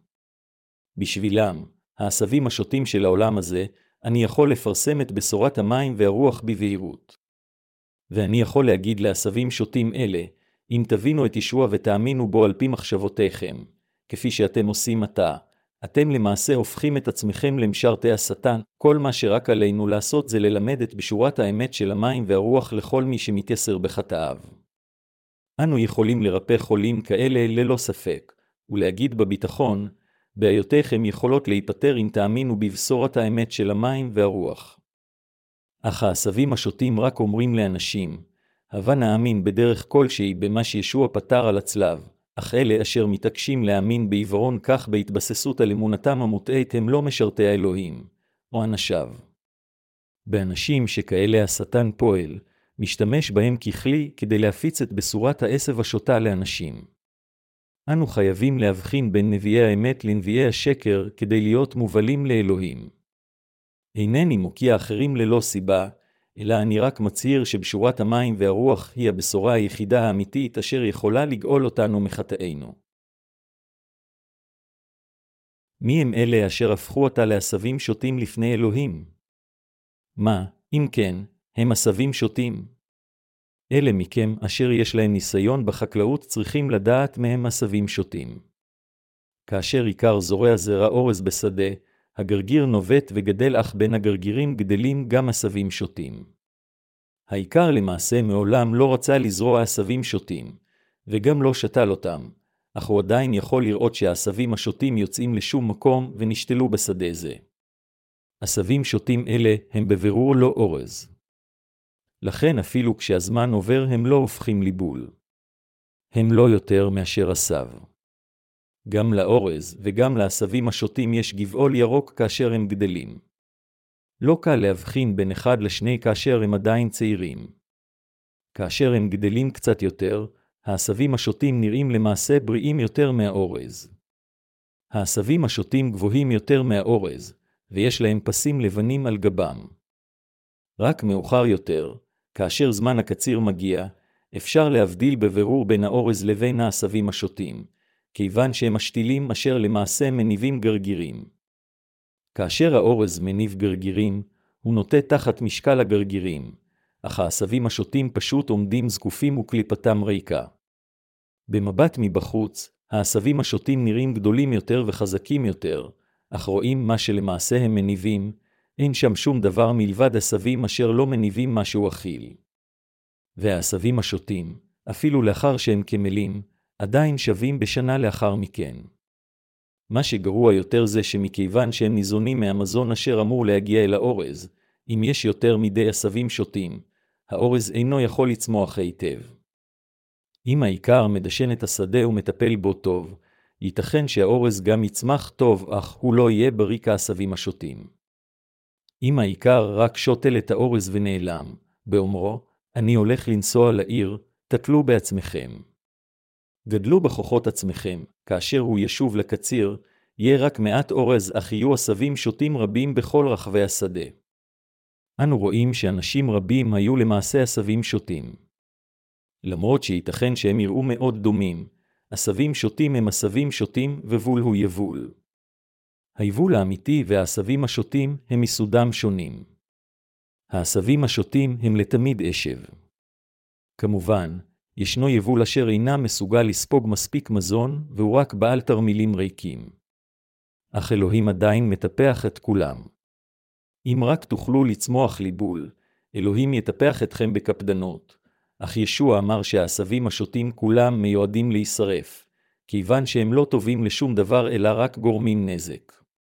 Speaker 1: בשבילם, העשבים השוטים של העולם הזה, אני יכול לפרסם את בשורת המים והרוח בבהירות. ואני יכול להגיד לעשבים שוטים אלה, אם תבינו את ישוע ותאמינו בו על פי מחשבותיכם, כפי שאתם עושים עתה, אתם למעשה הופכים את עצמכם למשרתי השטן. כל מה שרק עלינו לעשות זה ללמד את בשורת האמת של המים והרוח לכל מי שמתייסר בחטאיו. אנו יכולים לרפא חולים כאלה ללא ספק, ולהגיד בביטחון, בעיותיכם יכולות להיפטר אם תאמינו בבשורת האמת של המים והרוח. אך העשבים השוטים רק אומרים לאנשים, הבה נאמין בדרך כלשהי במה שישוע פתר על הצלב, אך אלה אשר מתעקשים להאמין בעיוורון כך בהתבססות על אמונתם המוטעית הם לא משרתי האלוהים, או אנשיו. באנשים שכאלה השטן פועל, משתמש בהם ככלי כדי להפיץ את בשורת העשב השוטה לאנשים. אנו חייבים להבחין בין נביאי האמת לנביאי השקר כדי להיות מובלים לאלוהים. אינני מוקיע אחרים ללא סיבה, אלא אני רק מצהיר שבשורת המים והרוח היא הבשורה היחידה האמיתית אשר יכולה לגאול אותנו מחטאינו. מי הם אלה אשר הפכו אותה לעשבים שוטים לפני אלוהים? מה, אם כן, הם עשבים שוטים? אלה מכם אשר יש להם ניסיון בחקלאות צריכים לדעת מהם עשבים שוטים. כאשר עיקר זורע זרע אורז בשדה, הגרגיר נובט וגדל, אך בין הגרגירים גדלים גם עשבים שוטים. העיקר למעשה מעולם לא רצה לזרוע עשבים שוטים, וגם לא שתל אותם, אך הוא עדיין יכול לראות שהעשבים השוטים יוצאים לשום מקום ונשתלו בשדה זה. עשבים שוטים אלה הם בבירור לא אורז. לכן אפילו כשהזמן עובר הם לא הופכים ליבול. הם לא יותר מאשר עשב. גם לאורז וגם לעשבים השוטים יש גבעול ירוק כאשר הם גדלים. לא קל להבחין בין אחד לשני כאשר הם עדיין צעירים. כאשר הם גדלים קצת יותר, העשבים השוטים נראים למעשה בריאים יותר מהאורז. העשבים השוטים גבוהים יותר מהאורז, ויש להם פסים לבנים על גבם. רק מאוחר יותר, כאשר זמן הקציר מגיע, אפשר להבדיל בבירור בין האורז לבין העשבים השוטים, כיוון שהם משתילים אשר למעשה מניבים גרגירים. כאשר האורז מניב גרגירים, הוא נוטה תחת משקל הגרגירים, אך העשבים השוטים פשוט עומדים זקופים וקליפתם ריקה. במבט מבחוץ, העשבים השוטים נראים גדולים יותר וחזקים יותר, אך רואים מה שלמעשה הם מניבים, אין שם שום דבר מלבד עשבים אשר לא מניבים משהו אכיל. והעשבים השוטים, אפילו לאחר שהם כמלים, עדיין שווים בשנה לאחר מכן. מה שגרוע יותר זה שמכיוון שהם ניזונים מהמזון אשר אמור להגיע אל האורז, אם יש יותר מדי עשבים שוטים, האורז אינו יכול לצמוח היטב. אם העיקר מדשן את השדה ומטפל בו טוב, ייתכן שהאורז גם יצמח טוב, אך הוא לא יהיה בריא כעשבים השוטים. אם העיקר רק שוטל את האורז ונעלם, באומרו, אני הולך לנסוע לעיר, תטלו בעצמכם. גדלו בכוחות עצמכם, כאשר הוא ישוב לקציר, יהיה רק מעט אורז, אך יהיו עשבים שוטים רבים בכל רחבי השדה. אנו רואים שאנשים רבים היו למעשה עשבים שוטים. למרות שייתכן שהם יראו מאוד דומים, עשבים שוטים הם עשבים שוטים ובול הוא יבול. היבול האמיתי והעשבים השוטים הם מסודם שונים. העשבים השוטים הם לתמיד אשב. כמובן, ישנו יבול אשר אינה מסוגל לספוג מספיק מזון והוא רק בעל תרמילים ריקים. אך אלוהים עדיין מטפח את כולם. אם רק תוכלו לצמוח ליבול, אלוהים יטפח אתכם בקפדנות. אך ישוע אמר שהעשבים השוטים כולם מיועדים להישרף, כיוון שהם לא טובים לשום דבר אלא רק גורמים נזק.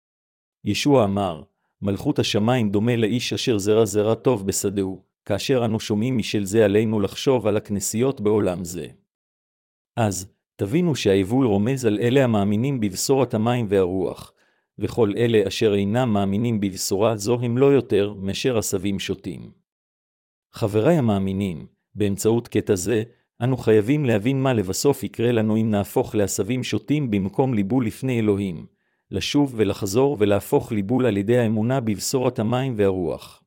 Speaker 1: ישוע אמר, מלכות השמיים דומה לאיש אשר זרע זרע טוב בשדהו, כאשר אנו שומעים משל זה עלינו לחשוב על הכנסיות בעולם זה. אז, תבינו שהיבול רומז על אלה המאמינים בבשורת המים והרוח, וכל אלה אשר אינם מאמינים בבשורה זו הם לא יותר מאשר עשבים שוטים. חבריי המאמינים, באמצעות קטע זה, אנו חייבים להבין מה לבסוף יקרה לנו אם נהפוך לעשבים שוטים במקום ליבול לפני אלוהים, לשוב ולחזור ולהפוך ליבול על ידי האמונה בבשורת המים והרוח.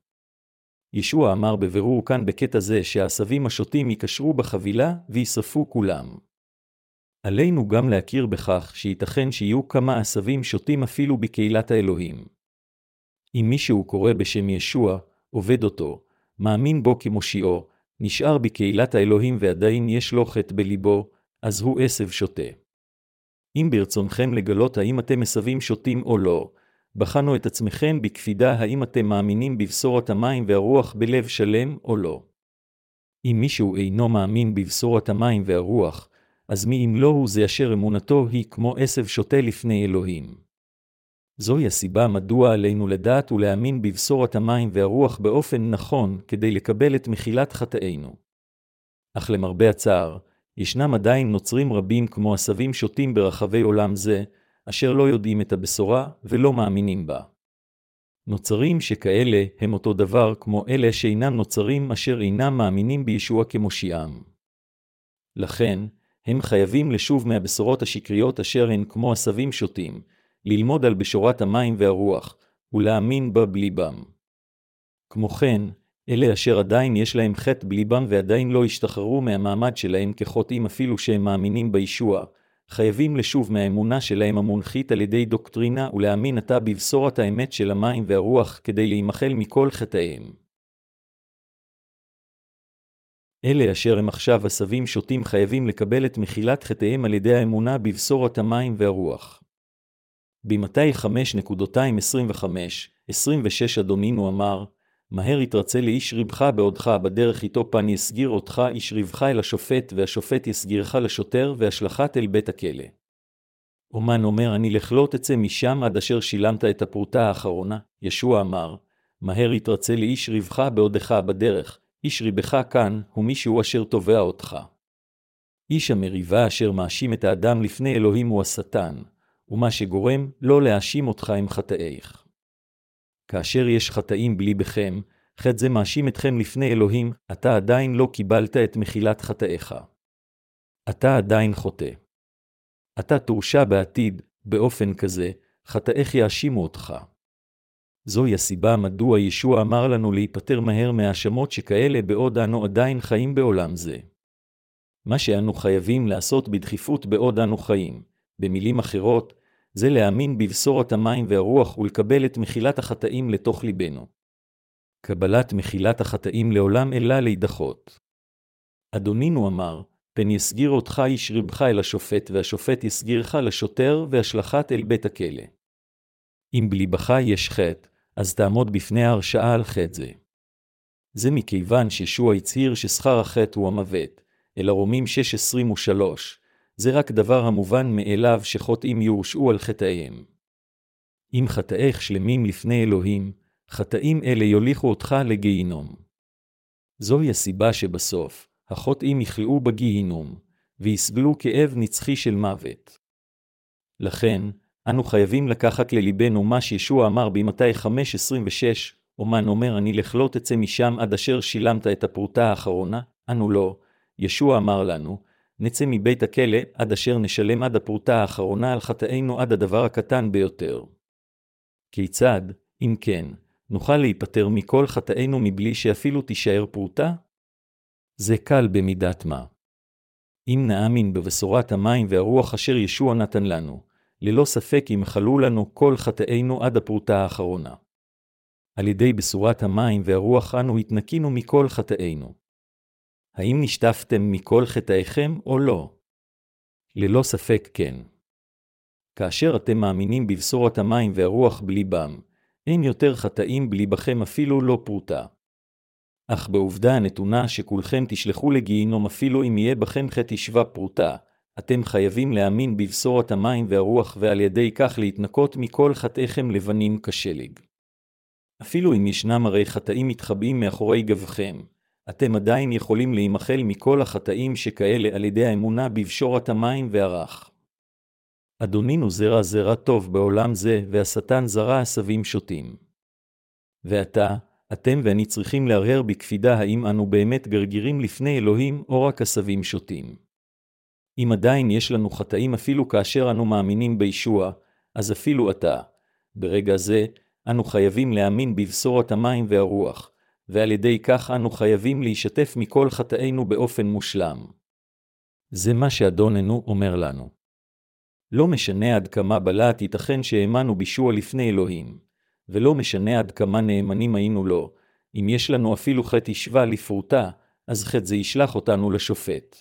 Speaker 1: ישוע אמר בבירור כאן בקטע זה שהעשבים השוטים יקשרו בחבילה ויספו כולם. עלינו גם להכיר בכך שייתכן שיהיו כמה עשבים שוטים אפילו בקהילת האלוהים. אם מישהו קורא בשם ישוע, עובד אותו, מאמין בו כמושיעו, נשאר בקהילת האלוהים ועדיין יש לו חטא בליבו, אז הוא עשב שוטה. אם ברצונכם לגלות האם אתם עשבים שוטים או לא, בחנו את עצמכם בקפידה האם אתם מאמינים בבשורת המים והרוח בלב שלם או לא. אם מישהו אינו מאמין בבשורת המים והרוח, אז מי אם לא הוא זה אשר אמונתו היא כמו עשב שוטה לפני אלוהים. זוהי הסיבה מדוע עלינו לדעת ולהאמין בבשורת המים והרוח באופן נכון כדי לקבל את מחילת חטאינו. אך למרבה הצער, ישנם עדיין נוצרים רבים כמו עשבים שוטים ברחבי עולם זה, אשר לא יודעים את הבשורה ולא מאמינים בה. נוצרים שכאלה הם אותו דבר כמו אלה שאינם נוצרים אשר אינם מאמינים בישוע כמושיעם. לכן, הם חייבים לשוב מהבשורות השקריות אשר הן כמו עשבים שוטים, ללמוד על בשורת המים והרוח, ולהאמין בה בליבם. כמו כן, אלה אשר עדיין יש להם חטא בליבם ועדיין לא השתחררו מהמעמד שלהם כחוטאים אפילו שהם מאמינים בישוע, חייבים לשוב מהאמונה שלהם המונחית על ידי דוקטרינה ולהאמין עתה בבשורת האמת של המים והרוח כדי להימחל מכל חטאיהם. אלה אשר הם עכשיו עשבים שוטים חייבים לקבל את מחילת חטאיהם על ידי האמונה בבשורת המים והרוח. במתי חמש עשרים וחמש עשרים ושש אדונינו אמר, מהר יתרצה לאיש רבך בעודך בדרך איתו פן יסגיר אותך איש רבך אל השופט והשופט יסגירך לשוטר והשלחת אל בית הכלא. אומן אומר אני לכלות אצא משם עד אשר שילמת את הפרוטה האחרונה. ישוע אמר, מהר יתרצה לאיש רבך בעודך בדרך, איש רבך כאן הוא מישהו אשר תובע אותך. איש המריבה אשר מאשים את האדם לפני אלוהים הוא השטן, ומה שגורם לא להאשים אותך עם חטאיך. כאשר יש חטאים בליבכם, חטא זה מאשים אתכם לפני אלוהים, אתה עדיין לא קיבלת את מחילת חטאיך. אתה עדיין חוטא. אתה תורשע בעתיד, באופן כזה, חטאיך יאשימו אותך. זוהי הסיבה מדוע ישוע אמר לנו להיפטר מהר מהאשמות שכאלה בעוד אנו עדיין חיים בעולם זה. מה שאנו חייבים לעשות בדחיפות בעוד אנו חיים, במילים אחרות, זה להאמין בבשורת המים והרוח ולקבל את מחילת החטאים לתוך ליבנו. קבלת מחילת החטאים לעולם אלה להידחות. אדונינו אמר, פן יסגיר אותך איש רבך אל השופט והשופט יסגירך לשוטר והשלחת אל בית הכלא. אם בליבך יש חטא, אז תעמוד בפני ההרשעה על חטא זה. זה מכיוון שישוע הצהיר ששכר החטא הוא המוות, אל הרומים שש עשרים ושלוש, זה רק דבר המובן מאליו שחוטאים יורשעו על חטאיהם. אם חטאיך שלמים לפני אלוהים, חטאים אלה יוליכו אותך לגיהינום. זוהי הסיבה שבסוף, החוטאים יכלאו בגיהינום, ויסבלו כאב נצחי של מוות. לכן, אנו חייבים לקחת לליבנו מה שישוע אמר במתי חמש עשרים ושש, אומן אומר אני לכלות אצא משם עד אשר שילמת את הפרוטה האחרונה, אנו לא. ישוע אמר לנו, נצא מבית הכלא עד אשר נשלם עד הפרוטה האחרונה על חטאינו עד הדבר הקטן ביותר. כיצד, אם כן, נוכל להיפטר מכל חטאינו מבלי שאפילו תישאר פרוטה? זה קל במידת מה. אם נאמין בבשורת המים והרוח אשר ישוע נתן לנו, ללא ספק ימחלו לנו כל חטאינו עד הפרוטה האחרונה. על ידי בשורת המים והרוח אנו התנקינו מכל חטאינו. האם נשטפתם מכל חטאיכם או לא? ללא ספק כן. כאשר אתם מאמינים בבשורת המים והרוח בליבם, אין יותר חטאים בליבכם אפילו לא פרוטה. אך בעובדה הנתונה שכולכם תשלחו לגיהינום אפילו אם יהיה בכם חטא ישווה פרוטה, אתם חייבים להאמין בבשורת המים והרוח ועל ידי כך להתנקות מכל חטאיכם לבנים כשלג. אפילו אם ישנם הרי חטאים מתחבאים מאחורי גבכם, אתם עדיין יכולים להימחל מכל החטאים שכאלה על ידי האמונה בבשורת המים והרוח. אדונינו זרע זרע טוב בעולם זה, והשטן זרע עשבים שוטים. ועתה, אתם ואני צריכים להרהר בקפידה האם אנו באמת גרגירים לפני אלוהים או רק עשבים שוטים. אם עדיין יש לנו חטאים אפילו כאשר אנו מאמינים בישוע, אז אפילו עתה, ברגע זה, אנו חייבים להאמין בבשורת המים והרוח, ועל ידי כך אנו חייבים להישתף מכל חטאינו באופן מושלם. זה מה שאדוננו אומר לנו. לא משנה עד כמה בלעת ייתכן שהאמנו בישוע לפני אלוהים, ולא משנה עד כמה נאמנים היינו לו, אם יש לנו אפילו חטא ישווה לפרוטה, אז חטא זה ישלח אותנו לשופט.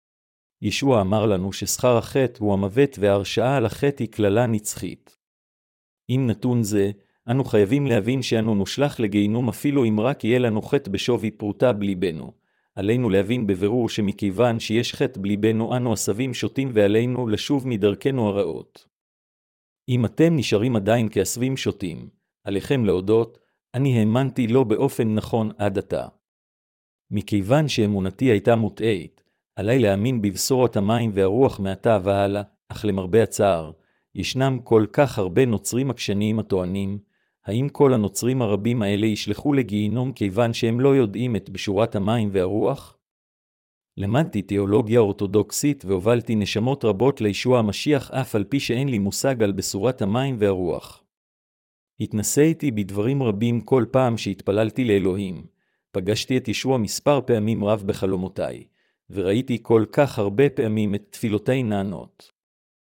Speaker 1: ישוע אמר לנו ששכר החטא הוא המוות וההרשעה על החטא היא כללה נצחית. עם נתון זה, אנו חייבים להבין שאנו נושלח לגיהינום אפילו אם רק יהיה לנו חטא בשווי פרוטה בליבנו. עלינו להבין בבירור שמכיוון שיש חטא בליבנו אנו עשבים שוטים ועלינו לשוב מדרכנו הרעות. אם אתם נשארים עדיין כעשבים שוטים, עליכם להודות, אני האמנתי לא באופן נכון עד עתה. מכיוון שאמונתי הייתה מוטעית, עליי להאמין בבשורת המים והרוח מעתה והלאה, אך למרבה הצער, ישנם כל כך הרבה נוצרים עקשניים הטוענים, האם כל הנוצרים הרבים האלה ישלחו לגיהינום כיוון שהם לא יודעים את בשורת המים והרוח? למדתי תיאולוגיה אורתודוקסית והובלתי נשמות רבות לישוע המשיח אף על פי שאין לי מושג על בשורת המים והרוח. התנסיתי בדברים רבים כל פעם שהתפללתי לאלוהים. פגשתי את ישוע מספר פעמים רב בחלומותיי, וראיתי כל כך הרבה פעמים את תפילותיי נענות.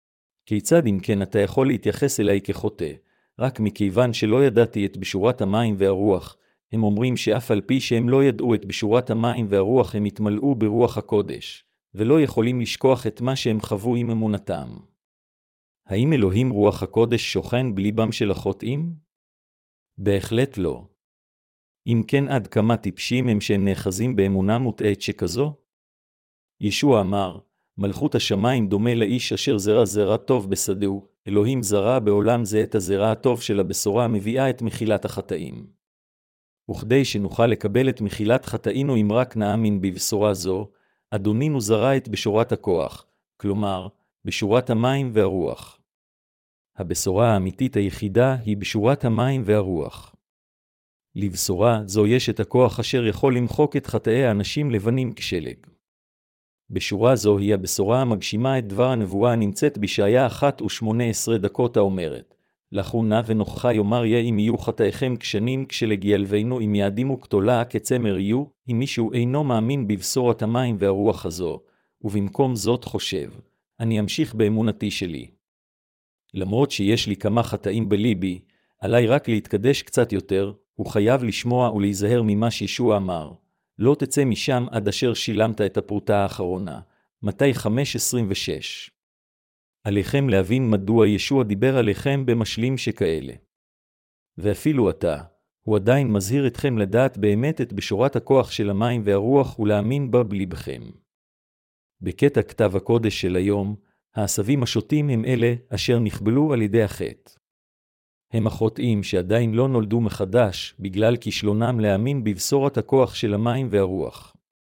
Speaker 1: כיצד אם כן אתה יכול להתייחס אליי כחוטא, רק מכיוון שלא ידעתי את בשורת המים והרוח? הם אומרים שאף על פי שהם לא ידעו את בשורת המים והרוח הם התמלאו ברוח הקודש, ולא יכולים לשכוח את מה שהם חוו עם אמונתם. האם אלוהים רוח הקודש שוכן בליבם של החוטאים? בהחלט לא. אם כן, עד כמה טיפשים הם שהם נאחזים באמונה מוטעית שכזו? ישוע אמר, מלכות השמיים דומה לאיש אשר זרע זרע טוב בשדהו. אלוהים זרע בעולם זה את הזרע הטוב של הבשורה המביאה את מחילת החטאים. וכדי שנוכל לקבל את מחילת חטאינו אם רק נאמין בבשורה זו, אדונינו זרע את בשורת הכוח, כלומר, בשורת המים והרוח. הבשורה האמיתית היחידה היא בשורת המים והרוח. לבשורה זו יש את הכוח אשר יכול למחוק את חטאי האנשים לבנים כשלג. בשורה זו היא הבשורה המגשימה את דבר הנבואה הנמצאת בישעיה אחת ושמונה עשרה דקות האומרת, לכו נא ונוכחה יאמר יהיה אם יהיו חטאיכם כשנים כשלג ילבנו אם יעדימו כתולה כצמר יהיו, אם מישהו אינו מאמין בבשורת המים והרוח הזו, ובמקום זאת חושב, אני אמשיך באמונתי שלי. למרות שיש לי כמה חטאים בליבי, עליי רק להתקדש קצת יותר, הוא חייב לשמוע ולהיזהר ממה שישוע אמר. לא תצא משם עד אשר שילמת את הפרוטה האחרונה. מתי חמש עשרים ושש. עליכם להבין מדוע ישוע דיבר עליכם במשלים שכאלה. ואפילו אתה, הוא עדיין מזהיר אתכם לדעת באמת את בשורת הכוח של המים והרוח ולהאמין בה בליבכם. בקטע כתב הקודש של היום, העשבים השוטים הם אלה אשר נכבלו על ידי החטא. הם החוטאים שעדיין לא נולדו מחדש בגלל כישלונם להאמין בבשורת הכוח של המים והרוח.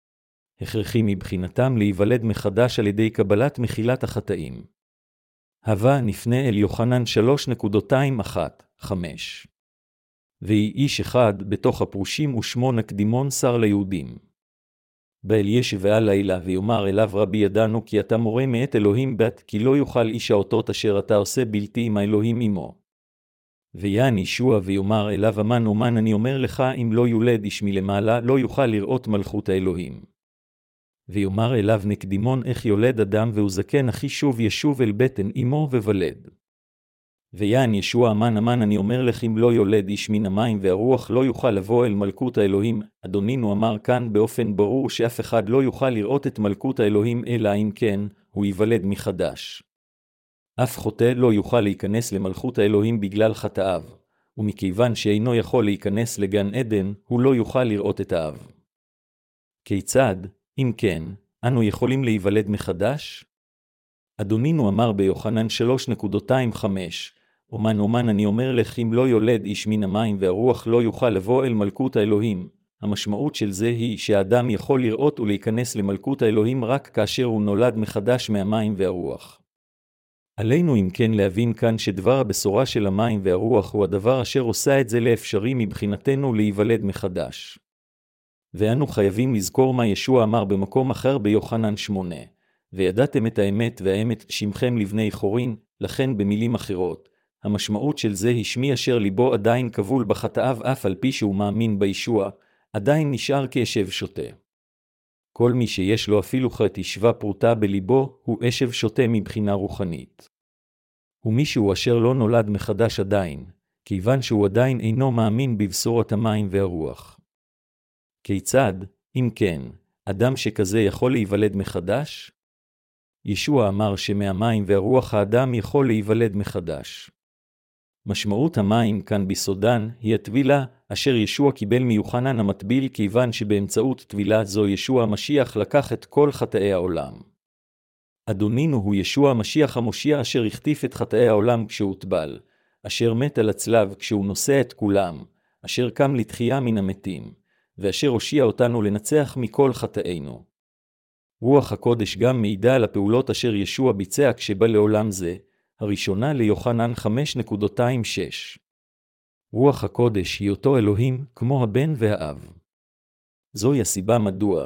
Speaker 1: הכרחי מבחינתם להיוולד מחדש על ידי קבלת מחילת החטאים. הווה נפנה אל יוחנן שלוש אחת חמש. והיא איש אחד בתוך הפרושים ושמו נקדימון שר ליהודים. באל ישבעה לילה ויאמר אליו רבי ידענו כי אתה מורה מאת אלוהים בת כי לא יוכל איש האותות אשר אתה עושה בלתי עם האלוהים עמו. ויען ישוע ויאמר אליו אמן אומן אני אומר לך אם לא יולד איש מלמעלה לא יוכל לראות מלכות האלוהים. ויאמר אליו נקדימון איך יולד אדם והוא זקן אחי שוב ישוב אל בטן אמו וולד. ויען ישוע אמן אמן אני אומר לך אם לא יולד איש מן המים והרוח לא יוכל לבוא אל מלכות האלוהים. אדונינו אמר כאן באופן ברור שאף אחד לא יוכל לראות את מלכות האלוהים אלא אם כן הוא ייוולד מחדש. אף חוטא לא יוכל להיכנס למלכות האלוהים בגלל חטאיו, ומכיוון שאינו יכול להיכנס לגן עדן, הוא לא יוכל לראות את האב. כיצד, אם כן, אנו יכולים להיוולד מחדש? אדונינו אמר ביוחנן שלוש חמש, אומן אומן אני אומר לך אם לא יולד איש מן המים והרוח לא יוכל לבוא אל מלכות האלוהים. המשמעות של זה היא שהאדם יכול לראות ולהיכנס למלכות האלוהים רק כאשר הוא נולד מחדש מהמים והרוח. עלינו אם כן להבין כאן שדבר הבשורה של המים והרוח הוא הדבר אשר עושה את זה לאפשרי מבחינתנו להיוולד מחדש. ואנו חייבים לזכור מה ישוע אמר במקום אחר ביוחנן שמונה, וידעתם את האמת והאמת שמכם לבני חורין, לכן במילים אחרות, המשמעות של זה היא שמי אשר ליבו עדיין כבול בחטאיו אף על פי שהוא מאמין בישוע, עדיין נשאר כאשב שוטה. כל מי שיש לו אפילו חטא ישבה פרוטה בליבו, הוא אשב שוטה מבחינה רוחנית. ומישהו אשר לא נולד מחדש עדיין, כיוון שהוא עדיין אינו מאמין בבשורת המים והרוח. כיצד, אם כן, אדם שכזה יכול להיוולד מחדש? ישוע אמר שמהמים והרוח האדם יכול להיוולד מחדש. משמעות המים כאן בסודן היא הטבילה, אשר ישוע קיבל מיוחנן המטביל כיוון שבאמצעות טבילה זו ישוע המשיח לקח את כל חטאי העולם. אדונינו הוא ישוע המשיח המושיע אשר הכתיף את חטאי העולם כשהוא טבל, אשר מת על הצלב כשהוא נושא את כולם, אשר קם לתחייה מן המתים, ואשר הושיע אותנו לנצח מכל חטאינו. רוח הקודש גם מעידה על הפעולות אשר ישוע ביצע כשבא לעולם זה, הראשונה ליוחנן חמש שש. רוח הקודש היא אותו אלוהים כמו הבן והאב. זוהי הסיבה מדוע,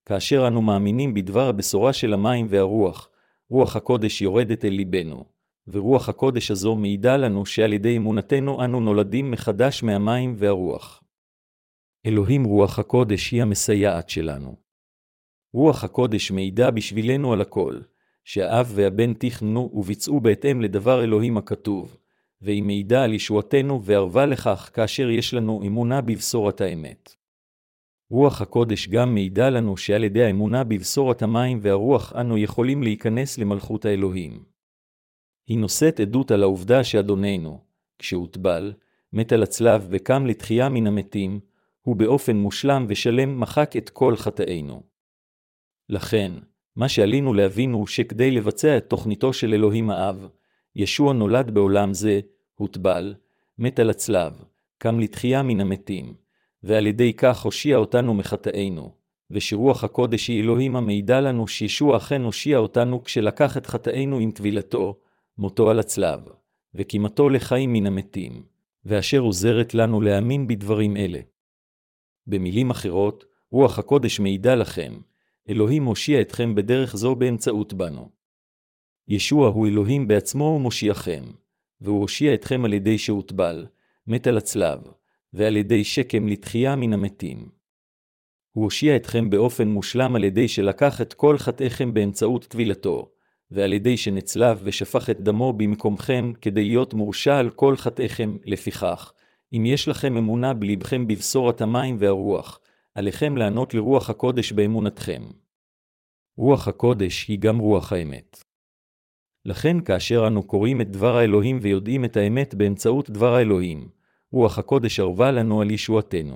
Speaker 1: כאשר אנו מאמינים בדבר הבשורה של המים והרוח, רוח הקודש יורדת אל ליבנו, ורוח הקודש הזו מעידה לנו שעל ידי אמונתנו אנו נולדים מחדש מהמים והרוח. אלוהים רוח הקודש היא המסייעת שלנו. רוח הקודש מעידה בשבילנו על הכל, שהאב והבן תכננו וביצעו בהתאם לדבר אלוהים הכתוב, והיא מעידה על ישועתנו וערבה לכך כאשר יש לנו אמונה בבשורת האמת. רוח הקודש גם מעידה לנו שעל ידי האמונה בבשורת המים והרוח אנו יכולים להיכנס למלכות האלוהים. היא נושאת עדות על העובדה שאדוננו, כשהוטבל, מת על הצלב וקם לתחייה מן המתים, הוא באופן מושלם ושלם מחק את כל חטאינו. לכן, מה שעלינו להבין הוא שכדי לבצע את תוכניתו של אלוהים האב, ישוע נולד בעולם זה, הוטבל, מת על הצלב, קם לתחייה מן המתים, ועל ידי כך הושיע אותנו מחטאינו, ושרוח הקודש היא אלוהים המעידה לנו שישוע אכן הושיע אותנו כשלקח את חטאינו עם טבילתו, מותו על הצלב, וקימתו לחיים מן המתים, ואשר עוזרת לנו להאמין בדברים אלה. במילים אחרות, רוח הקודש מעידה לכם, אלוהים הושיע אתכם בדרך זו באמצעות בנו. ישוע הוא אלוהים בעצמו ומושיעכם, והוא הושיע אתכם על ידי שהוטבל, מת על הצלב, ועל ידי שקם לתחייה מן המתים. הוא הושיע אתכם באופן מושלם על ידי שלקח את כל חטאיכם באמצעות טבילתו, ועל ידי שנצלב ושפך את דמו במקומכם כדי להיות מורשע על כל חטאיכם. לפיכך, אם יש לכם אמונה בלבכם בבשורת המים והרוח, עליכם לענות לרוח הקודש באמונתכם. רוח הקודש היא גם רוח האמת. לכן כאשר אנו קוראים את דבר האלוהים ויודעים את האמת באמצעות דבר האלוהים, רוח הקודש ערבה לנו על ישועתנו.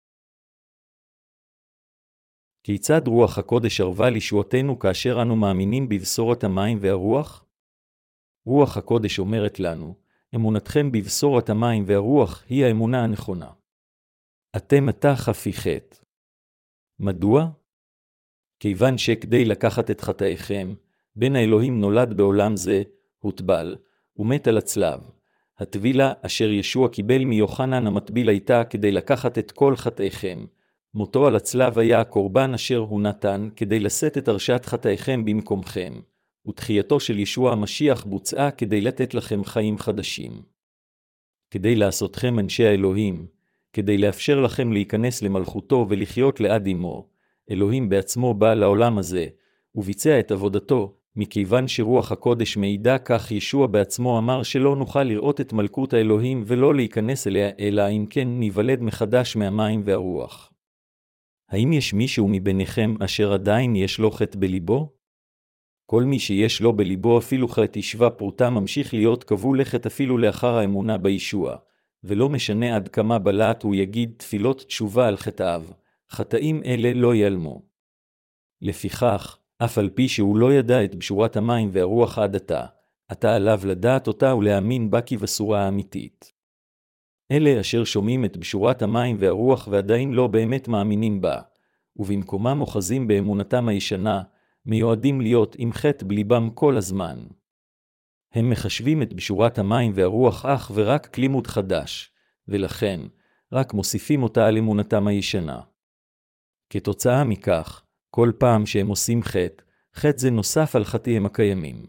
Speaker 1: כיצד רוח הקודש ערבה על ישועתנו כאשר אנו מאמינים בבשורת המים והרוח? רוח הקודש אומרת לנו, אמונתכם בבשורת המים והרוח היא האמונה הנכונה. אתם עתה חפי חטא. מדוע? כיוון שכדי לקחת את חטאיכם, בן האלוהים נולד בעולם זה, הוטבל, ומת על הצלב. הטבילה אשר ישוע קיבל מיוחנן המטביל הייתה כדי לקחת את כל חטאיכם. מותו על הצלב היה הקורבן אשר הוא נתן כדי לשאת את הרשעת חטאיכם במקומכם, ותחייתו של ישוע המשיח בוצעה כדי לתת לכם חיים חדשים. כדי לעשותכם אנשי האלוהים, כדי לאפשר לכם להיכנס למלכותו ולחיות לעד עמו, אלוהים בעצמו בא לעולם הזה, וביצע את עבודתו, מכיוון שרוח הקודש מעידה כך ישוע בעצמו אמר שלא נוכל לראות את מלכות האלוהים ולא להיכנס אליה, אלא אם כן ניוולד מחדש מהמים והרוח. האם יש מישהו מביניכם אשר עדיין יש לו חטא בליבו? כל מי שיש לו בליבו אפילו חטא ישבה פרוטה ממשיך להיות כבול לחטא אפילו לאחר האמונה בישוע, ולא משנה עד כמה בלעת הוא יגיד תפילות תשובה על חטאיו, חטאים אלה לא ייעלמו. לפיכך, אף על פי שהוא לא ידע את בשורת המים והרוח עד עתה, עתה עליו לדעת אותה ולהאמין בה כבשורה האמיתית. אלה אשר שומעים את בשורת המים והרוח ועדיין לא באמת מאמינים בה, ובמקומם אוחזים באמונתם הישנה, מיועדים להיות עם חטא בליבם כל הזמן. הם מחשבים את בשורת המים והרוח אך ורק כלימוד חדש, ולכן רק מוסיפים אותה על אמונתם הישנה. כתוצאה מכך, כל פעם שהם עושים חטא, חטא זה נוסף על חטאיהם הקיימים.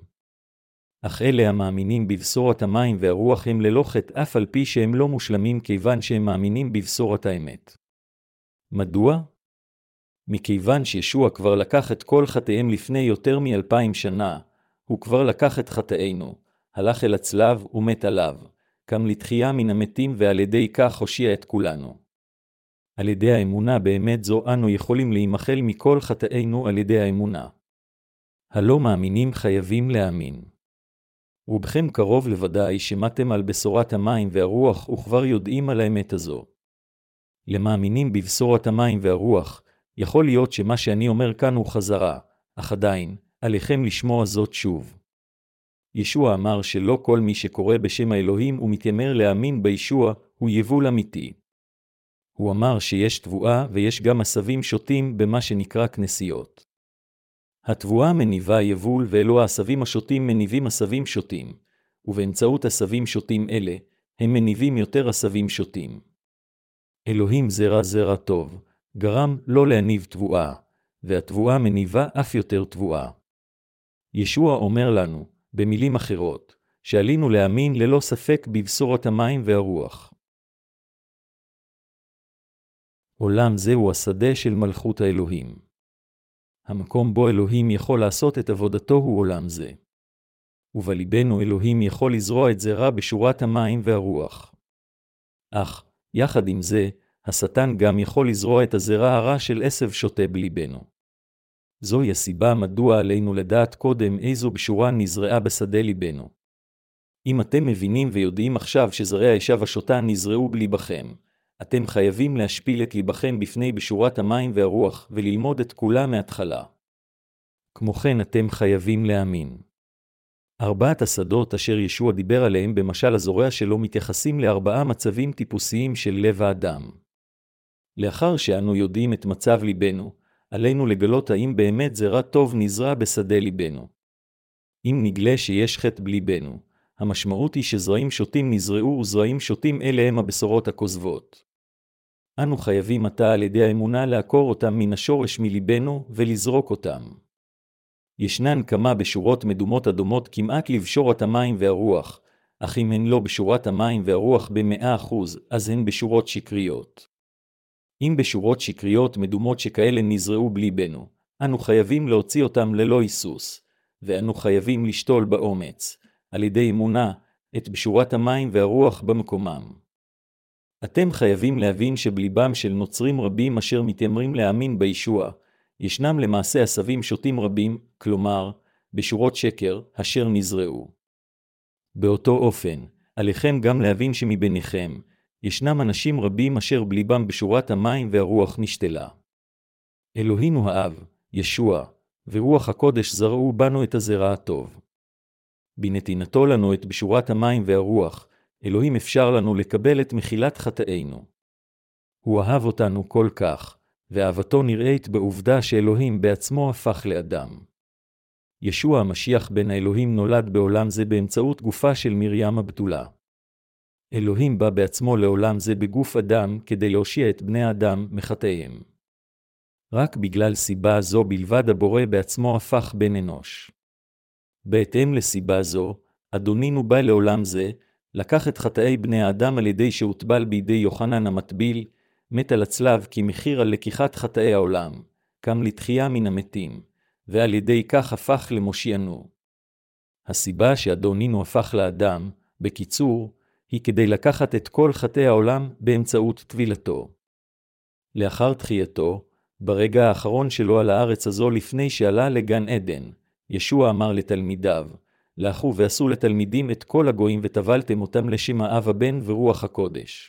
Speaker 1: אך אלה המאמינים בבשורת המים והרוח הם ללא חטא אף על פי שהם לא מושלמים כיוון שהם מאמינים בבשורת האמת. מדוע? מכיוון שישוע כבר לקח את כל חטאיהם לפני יותר מאלפיים שנה, הוא כבר לקח את חטאינו, הלך אל הצלב ומת עליו, קם לתחייה מן המתים ועל ידי כך הושיע את כולנו. על ידי האמונה באמת זו אנו יכולים להימחל מכל חטאינו על ידי האמונה. הלא מאמינים חייבים להאמין. רובכם קרוב לוודאי שמעתם על בשורת המים והרוח וכבר יודעים על האמת הזו. למאמינים בבשורת המים והרוח, יכול להיות שמה שאני אומר כאן הוא חזרה, אך עדיין, עליכם לשמוע זאת שוב. ישוע אמר שלא כל מי שקורא בשם האלוהים ומתיימר להאמין בישוע הוא יבול אמיתי. הוא אמר שיש תבואה ויש גם עשבים שוטים במה שנקרא כנסיות. התבואה מניבה יבול ואלו העשבים השוטים מניבים עשבים שוטים, ובאמצעות עשבים שוטים אלה, הם מניבים יותר עשבים שוטים. אלוהים זרע זרע טוב, גרם לא להניב תבואה, והתבואה מניבה אף יותר תבואה. ישוע אומר לנו, במילים אחרות, שעלינו להאמין ללא ספק בבשורת המים והרוח. עולם זה הוא השדה של מלכות האלוהים. המקום בו אלוהים יכול לעשות את עבודתו הוא עולם זה. ובליבנו אלוהים יכול לזרוע את זרע בשורת המים והרוח. אך, יחד עם זה, השטן גם יכול לזרוע את הזרע הרע של עשב שוטה בליבנו. זוהי הסיבה מדוע עלינו לדעת קודם איזו בשורה נזרעה בשדה ליבנו. אם אתם מבינים ויודעים עכשיו שזרעי עשב השוטה נזרעו בליבכם, אתם חייבים להשפיל את ליבכם בפני בשורת המים והרוח וללמוד את כולה מההתחלה. כמו כן אתם חייבים להאמין. ארבעת השדות אשר ישוע דיבר עליהם במשל הזורע שלו מתייחסים לארבעה מצבים טיפוסיים של לב האדם. לאחר שאנו יודעים את מצב ליבנו, עלינו לגלות האם באמת זרע טוב נזרע בשדה ליבנו. אם נגלה שיש חטא בליבנו, המשמעות היא שזרעים שוטים נזרעו וזרעים שוטים אלה הם הבשורות הכוזבות. אנו חייבים עתה על ידי האמונה לעקור אותם מן השורש מליבנו ולזרוק אותם. ישנן כמה בשורות מדומות הדומות כמעט לבשורת המים והרוח, אך אם הן לא בשורת המים והרוח במאה אחוז, אז הן בשורות שקריות. אם בשורות שקריות מדומות שכאלה נזרעו בליבנו, אנו חייבים להוציא אותם ללא היסוס, ואנו חייבים לשתול באומץ, על ידי אמונה, את בשורת המים והרוח במקומם. אתם חייבים להבין שבליבם של נוצרים רבים אשר מתיימרים להאמין בישוע, ישנם למעשה עשבים שוטים רבים, כלומר, בשורות שקר, אשר נזרעו. באותו אופן, עליכם גם להבין שמביניכם, ישנם אנשים רבים אשר בליבם בשורת המים והרוח נשתלה. אלוהינו האב, ישוע, ורוח הקודש זרעו בנו את הזרע הטוב. בנתינתו לנו את בשורת המים והרוח, אלוהים אפשר לנו לקבל את מחילת חטאינו. הוא אהב אותנו כל כך, ואהבתו נראית בעובדה שאלוהים בעצמו הפך לאדם. ישוע המשיח בן האלוהים נולד בעולם זה באמצעות גופה של מרים הבתולה. אלוהים בא בעצמו לעולם זה בגוף אדם כדי להושיע את בני האדם מחטאיהם. רק בגלל סיבה זו בלבד הבורא בעצמו הפך בן אנוש. בהתאם לסיבה זו, אדונינו בא לעולם זה, לקח את חטאי בני האדם על ידי שהוטבל בידי יוחנן המטביל, מת על הצלב כי מחיר על לקיחת חטאי העולם, קם לתחייה מן המתים, ועל ידי כך הפך למושיענו. הסיבה שאדונינו הפך לאדם, בקיצור, היא כדי לקחת את כל חטאי העולם באמצעות טבילתו. לאחר תחייתו, ברגע האחרון שלו על הארץ הזו לפני שעלה לגן עדן, ישוע אמר לתלמידיו, לכו ועשו לתלמידים את כל הגויים וטבלתם אותם לשם האב הבן ורוח הקודש.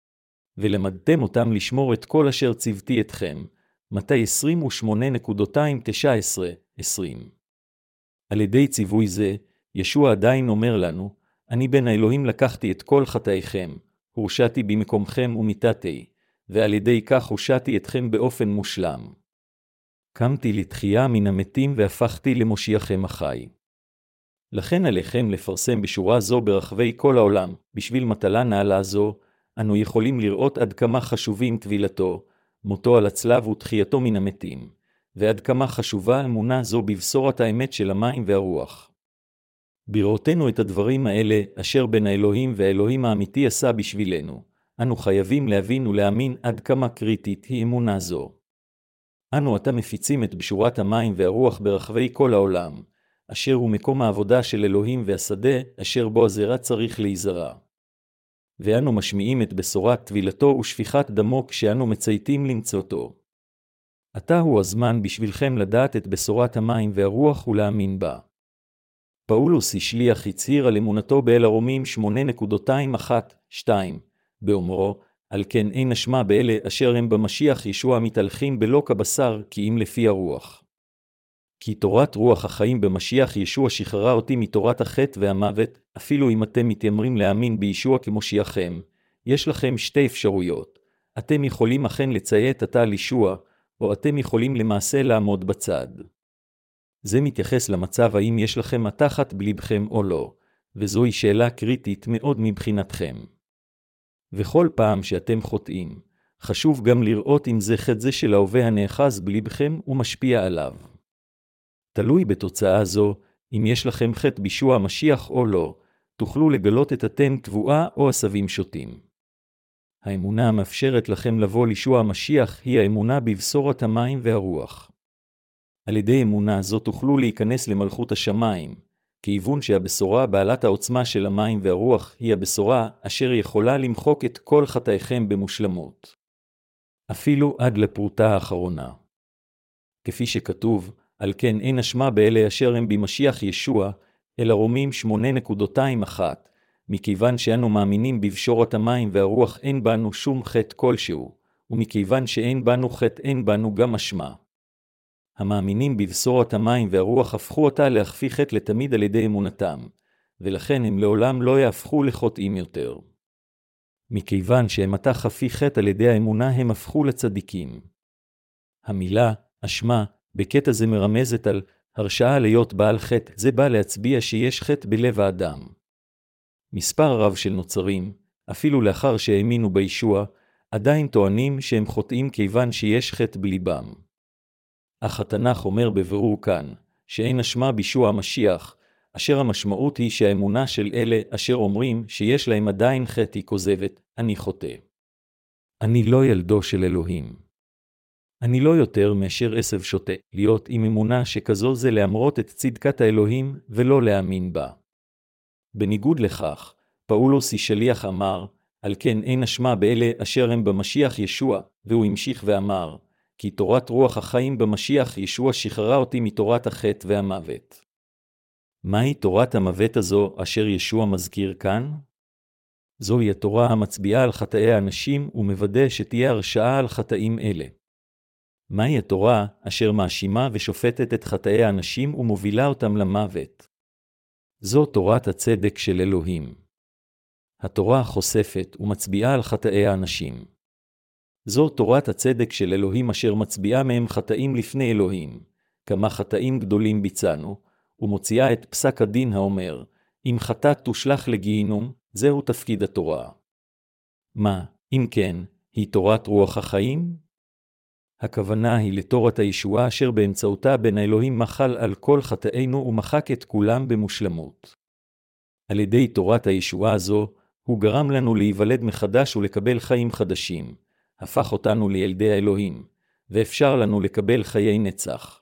Speaker 1: ולמדתם אותם לשמור את כל אשר צוותי אתכם, מתי עשרים ושמונה תשע עשרה עשרים. על ידי ציווי זה, ישוע עדיין אומר לנו, אני בן האלוהים לקחתי את כל חטאיכם, הורשעתי במקומכם ומיתתי, ועל ידי כך הושעתי אתכם באופן מושלם. קמתי לתחייה מן המתים והפכתי למושיעכם החי. לכן עליכם לפרסם בשורה זו ברחבי כל העולם, בשביל מטלה נעלה זו, אנו יכולים לראות עד כמה חשובים טבילתו, מותו על הצלב ותחייתו מן המתים, ועד כמה חשובה אמונה זו בבשורת האמת של המים והרוח. בראותנו את הדברים האלה, אשר בין האלוהים והאלוהים האמיתי עשה בשבילנו, אנו חייבים להבין ולהאמין עד כמה קריטית היא אמונה זו. אנו עתה מפיצים את בשורת המים והרוח ברחבי כל העולם, אשר הוא מקום העבודה של אלוהים והשדה, אשר בו הזרע צריך להיזרע. ואנו משמיעים את בשורת טבילתו ושפיכת דמו כשאנו מצייתים למצאתו. עתה הוא הזמן בשבילכם לדעת את בשורת המים והרוח ולהאמין בה. פאולוס השליח הצהיר על אמונתו באל הרומים שמונה אחת שתיים, באומרו, על כן אין אשמה באלה אשר הם במשיח ישוע מתהלכים בלא כבשר כי אם לפי הרוח. כי תורת רוח החיים במשיח ישוע שחררה אותי מתורת החטא והמוות, אפילו אם אתם מתיימרים להאמין בישוע כמושיעכם, יש לכם שתי אפשרויות. אתם יכולים אכן לציית עתה על ישוע, או אתם יכולים למעשה לעמוד בצד. זה מתייחס למצב האם יש לכם מתחת בליבכם או לא, וזוהי שאלה קריטית מאוד מבחינתכם. וכל פעם שאתם חוטאים, חשוב גם לראות אם זה חטא זה של ההווה הנאחז בלבכם ומשפיע עליו. תלוי בתוצאה זו, אם יש לכם חטא בישוע המשיח או לא, תוכלו לגלות את אתם תבואה או עשבים שוטים. האמונה המאפשרת לכם לבוא לישוע המשיח היא האמונה בבשורת המים והרוח. על ידי אמונה זו תוכלו להיכנס למלכות השמיים, כיוון שהבשורה בעלת העוצמה של המים והרוח היא הבשורה אשר יכולה למחוק את כל חטאיכם במושלמות. אפילו עד לפרוטה האחרונה. כפי שכתוב, על כן אין אשמה באלה אשר הם במשיח ישוע, אלא רומים שמונה אחת, מכיוון שאנו מאמינים בבשורת המים והרוח אין בנו שום חטא כלשהו, ומכיוון שאין בנו חטא אין בנו גם אשמה. המאמינים בבשורת המים והרוח הפכו אותה להכפי חטא לתמיד על ידי אמונתם, ולכן הם לעולם לא יהפכו לחוטאים יותר. מכיוון שהם עתה חפי חטא על ידי האמונה הם הפכו לצדיקים. המילה, אשמה, בקטע זה מרמזת על הרשאה להיות בעל חטא, זה בא להצביע שיש חטא בלב האדם. מספר רב של נוצרים, אפילו לאחר שהאמינו בישוע, עדיין טוענים שהם חוטאים כיוון שיש חטא בליבם. אך התנ"ך אומר בבירור כאן, שאין אשמה בישוע המשיח, אשר המשמעות היא שהאמונה של אלה אשר אומרים שיש להם עדיין חטא היא כוזבת, אני חוטא. אני לא ילדו של אלוהים. אני לא יותר מאשר עשב שוטה, להיות עם אמונה שכזו זה להמרות את צדקת האלוהים ולא להאמין בה. בניגוד לכך, פאולוס השליח אמר, על כן אין אשמה באלה אשר הם במשיח ישוע, והוא המשיך ואמר, כי תורת רוח החיים במשיח ישוע שחררה אותי מתורת החטא והמוות. מהי תורת המוות הזו אשר ישוע מזכיר כאן? זוהי התורה המצביעה על חטאי האנשים ומוודא שתהיה הרשעה על חטאים אלה. מהי התורה אשר מאשימה ושופטת את חטאי האנשים ומובילה אותם למוות? זו תורת הצדק של אלוהים. התורה חושפת ומצביעה על חטאי האנשים. זו תורת הצדק של אלוהים אשר מצביעה מהם חטאים לפני אלוהים, כמה חטאים גדולים ביצענו, ומוציאה את פסק הדין האומר, אם חטאת תושלך לגיהינום, זהו תפקיד התורה. מה, אם כן, היא תורת רוח החיים? הכוונה היא לתורת הישועה אשר באמצעותה בן האלוהים מחל על כל חטאינו ומחק את כולם במושלמות. על ידי תורת הישועה הזו, הוא גרם לנו להיוולד מחדש ולקבל חיים חדשים, הפך אותנו לילדי האלוהים, ואפשר לנו לקבל חיי נצח.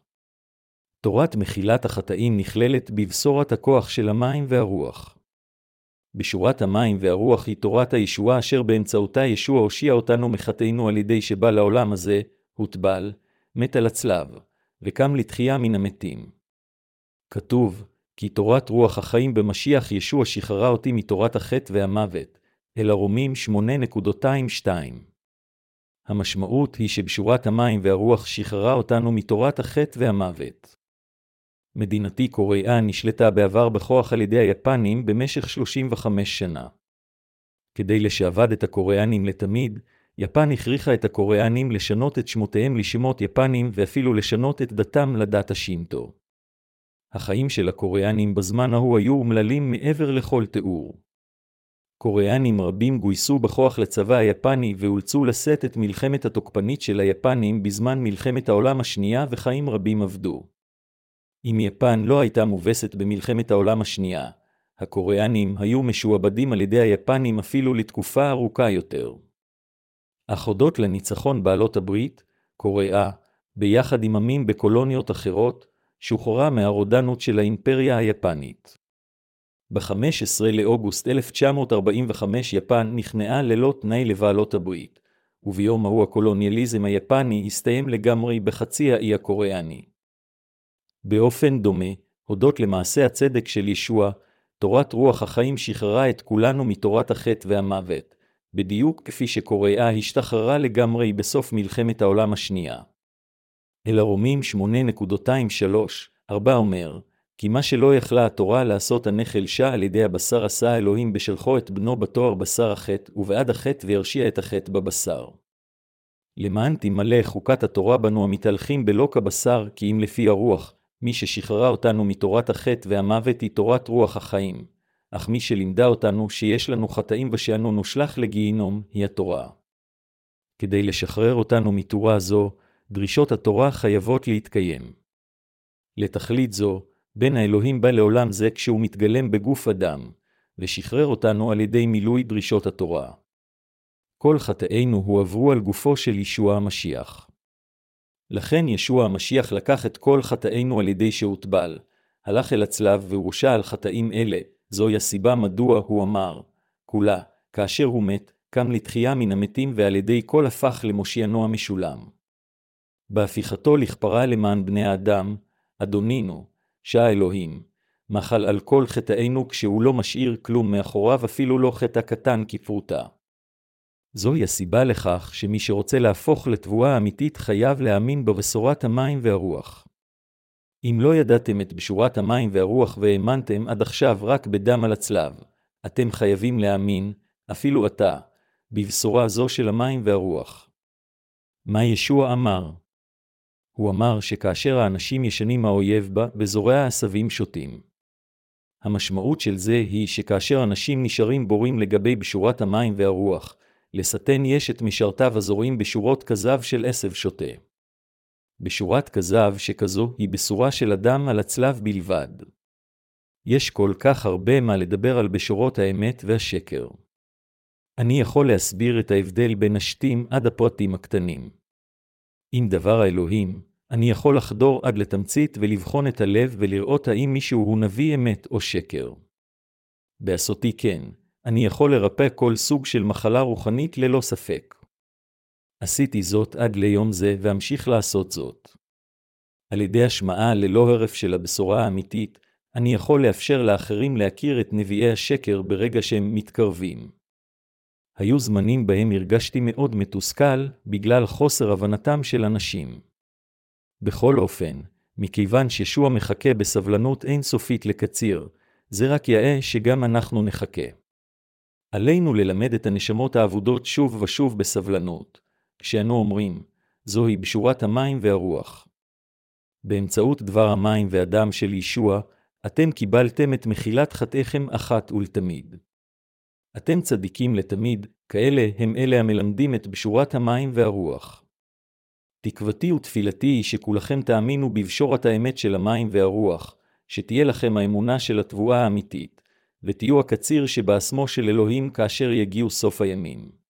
Speaker 1: תורת מחילת החטאים נכללת בבשורת הכוח של המים והרוח. בשורת המים והרוח היא תורת הישועה אשר באמצעותה ישוע הושיע אותנו מחטאינו על ידי שבא לעולם הזה, הוטבל, מת על הצלב, וקם לתחייה מן המתים. כתוב, כי תורת רוח החיים במשיח ישוע שחררה אותי מתורת החטא והמוות, אל הרומים שמונה שתיים. המשמעות היא שבשורת המים והרוח שחררה אותנו מתורת החטא והמוות. מדינתי קוריאה נשלטה בעבר בכוח על ידי היפנים במשך שלושים וחמש שנה. כדי לשעבד את הקוריאנים לתמיד, יפן הכריחה את הקוריאנים לשנות את שמותיהם לשמות יפנים ואפילו לשנות את דתם לדת השינטו. החיים של הקוריאנים בזמן ההוא היו אומללים מעבר לכל תיאור. קוריאנים רבים גויסו בכוח לצבא היפני ואולצו לשאת את מלחמת התוקפנית של היפנים בזמן מלחמת העולם השנייה וחיים רבים עבדו. אם יפן לא הייתה מובסת במלחמת העולם השנייה, הקוריאנים היו משועבדים על ידי היפנים אפילו לתקופה ארוכה יותר. אך הודות לניצחון בעלות הברית, קוריאה, ביחד עם עמים בקולוניות אחרות, שוחררה מהרודנות של האימפריה היפנית. ב-חמישה עשר לאוגוסט אלף תשע מאות ארבעים וחמש יפן נכנעה ללא תנאי לבעלות הברית, וביום ההוא הקולוניאליזם היפני הסתיים לגמרי בחצי האי הקוריאני. באופן דומה, הודות למעשה הצדק של ישוע, תורת רוח החיים שחררה את כולנו מתורת החטא והמוות, בדיוק כפי שקוריאה השתחררה לגמרי בסוף מלחמת העולם השנייה. אל הרומים שמונה שלוש ארבע אומר, כי מה שלא יכלה התורה לעשות הנחלשה על ידי הבשר עשה אלוהים בשלחו את בנו בתואר בשר החטא ובעד החטא וירשיע את החטא בבשר. למען תמלא חוקת התורה בנו המתהלכים בלא כבשר כי אם לפי הרוח, מי ששחררה אותנו מתורת החטא והמוות היא תורת רוח החיים, אך מי שלימדה אותנו שיש לנו חטאים ושאנו נושלך לגיהינום היא התורה. כדי לשחרר אותנו מתורה זו, דרישות התורה חייבות להתקיים. לתכלית זו, בן האלוהים בא לעולם זה כשהוא מתגלם בגוף אדם, ושחרר אותנו על ידי מילוי דרישות התורה. כל חטאינו הועברו על גופו של ישוע המשיח. לכן ישוע המשיח לקח את כל חטאינו על ידי שהוטבל, הלך אל הצלב והורשע על חטאים אלה. זוהי הסיבה מדוע הוא אמר, כולה, כאשר הוא מת, קם לתחייה מן המתים ועל ידי כל הפך למושיענו המשולם. בהפיכתו לכפרה למען בני האדם, אדונינו, שע אלוהים, מחל על כל חטאינו כשהוא לא משאיר כלום מאחוריו, אפילו לא חטא קטן כפרוטה. זוהי הסיבה לכך שמי שרוצה להפוך לתבואה אמיתית חייב להאמין בבשורת המים והרוח. אם לא ידעתם את בשורת המים והרוח והאמנתם עד עכשיו רק בדם על הצלב, אתם חייבים להאמין, אפילו אתה, בבשורה זו של המים והרוח. מה ישוע אמר? הוא אמר שכאשר האנשים ישנים האויב בה, בזורע העשבים שותים. המשמעות של זה היא שכאשר אנשים נשארים בורים לגבי בשורת המים והרוח, לשטן יש את משרתיו הזורים בשורות כזב של עשב שוטה. בשורת כזב שכזו היא בשורה של אדם על הצלב בלבד. יש כל כך הרבה מה לדבר על בשורות האמת והשקר. אני יכול להסביר את ההבדל בין השתים עד הפרטים הקטנים. עם דבר האלוהים, אני יכול לחדור עד לתמצית ולבחון את הלב ולראות האם מישהו הוא נביא אמת או שקר. בעשותי כן, אני יכול לרפא כל סוג של מחלה רוחנית ללא ספק. עשיתי זאת עד ליום זה ואמשיך לעשות זאת. על ידי השמעה ללא הרף של הבשורה האמיתית, אני יכול לאפשר לאחרים להכיר את נביאי השקר ברגע שהם מתקרבים. היו זמנים בהם הרגשתי מאוד מתוסכל בגלל חוסר הבנתם של אנשים. בכל אופן, מכיוון שישוע מחכה בסבלנות אינסופית לקציר, זה רק יאה שגם אנחנו נחכה. עלינו ללמד את הנשמות העבודות שוב ושוב בסבלנות, כשאנו אומרים, זוהי בשורת המים והרוח. באמצעות דבר המים והדם של ישוע, אתם קיבלתם את מחילת חטאיכם אחת ולתמיד. אתם צדיקים לתמיד, כאלה הם אלה המלמדים את בשורת המים והרוח. תקוותי ותפילתי היא שכולכם תאמינו בבשורת האמת של המים והרוח, שתהיה לכם האמונה של התבואה האמיתית, ותהיו הקציר שבעצמו של אלוהים כאשר יגיעו סוף הימים.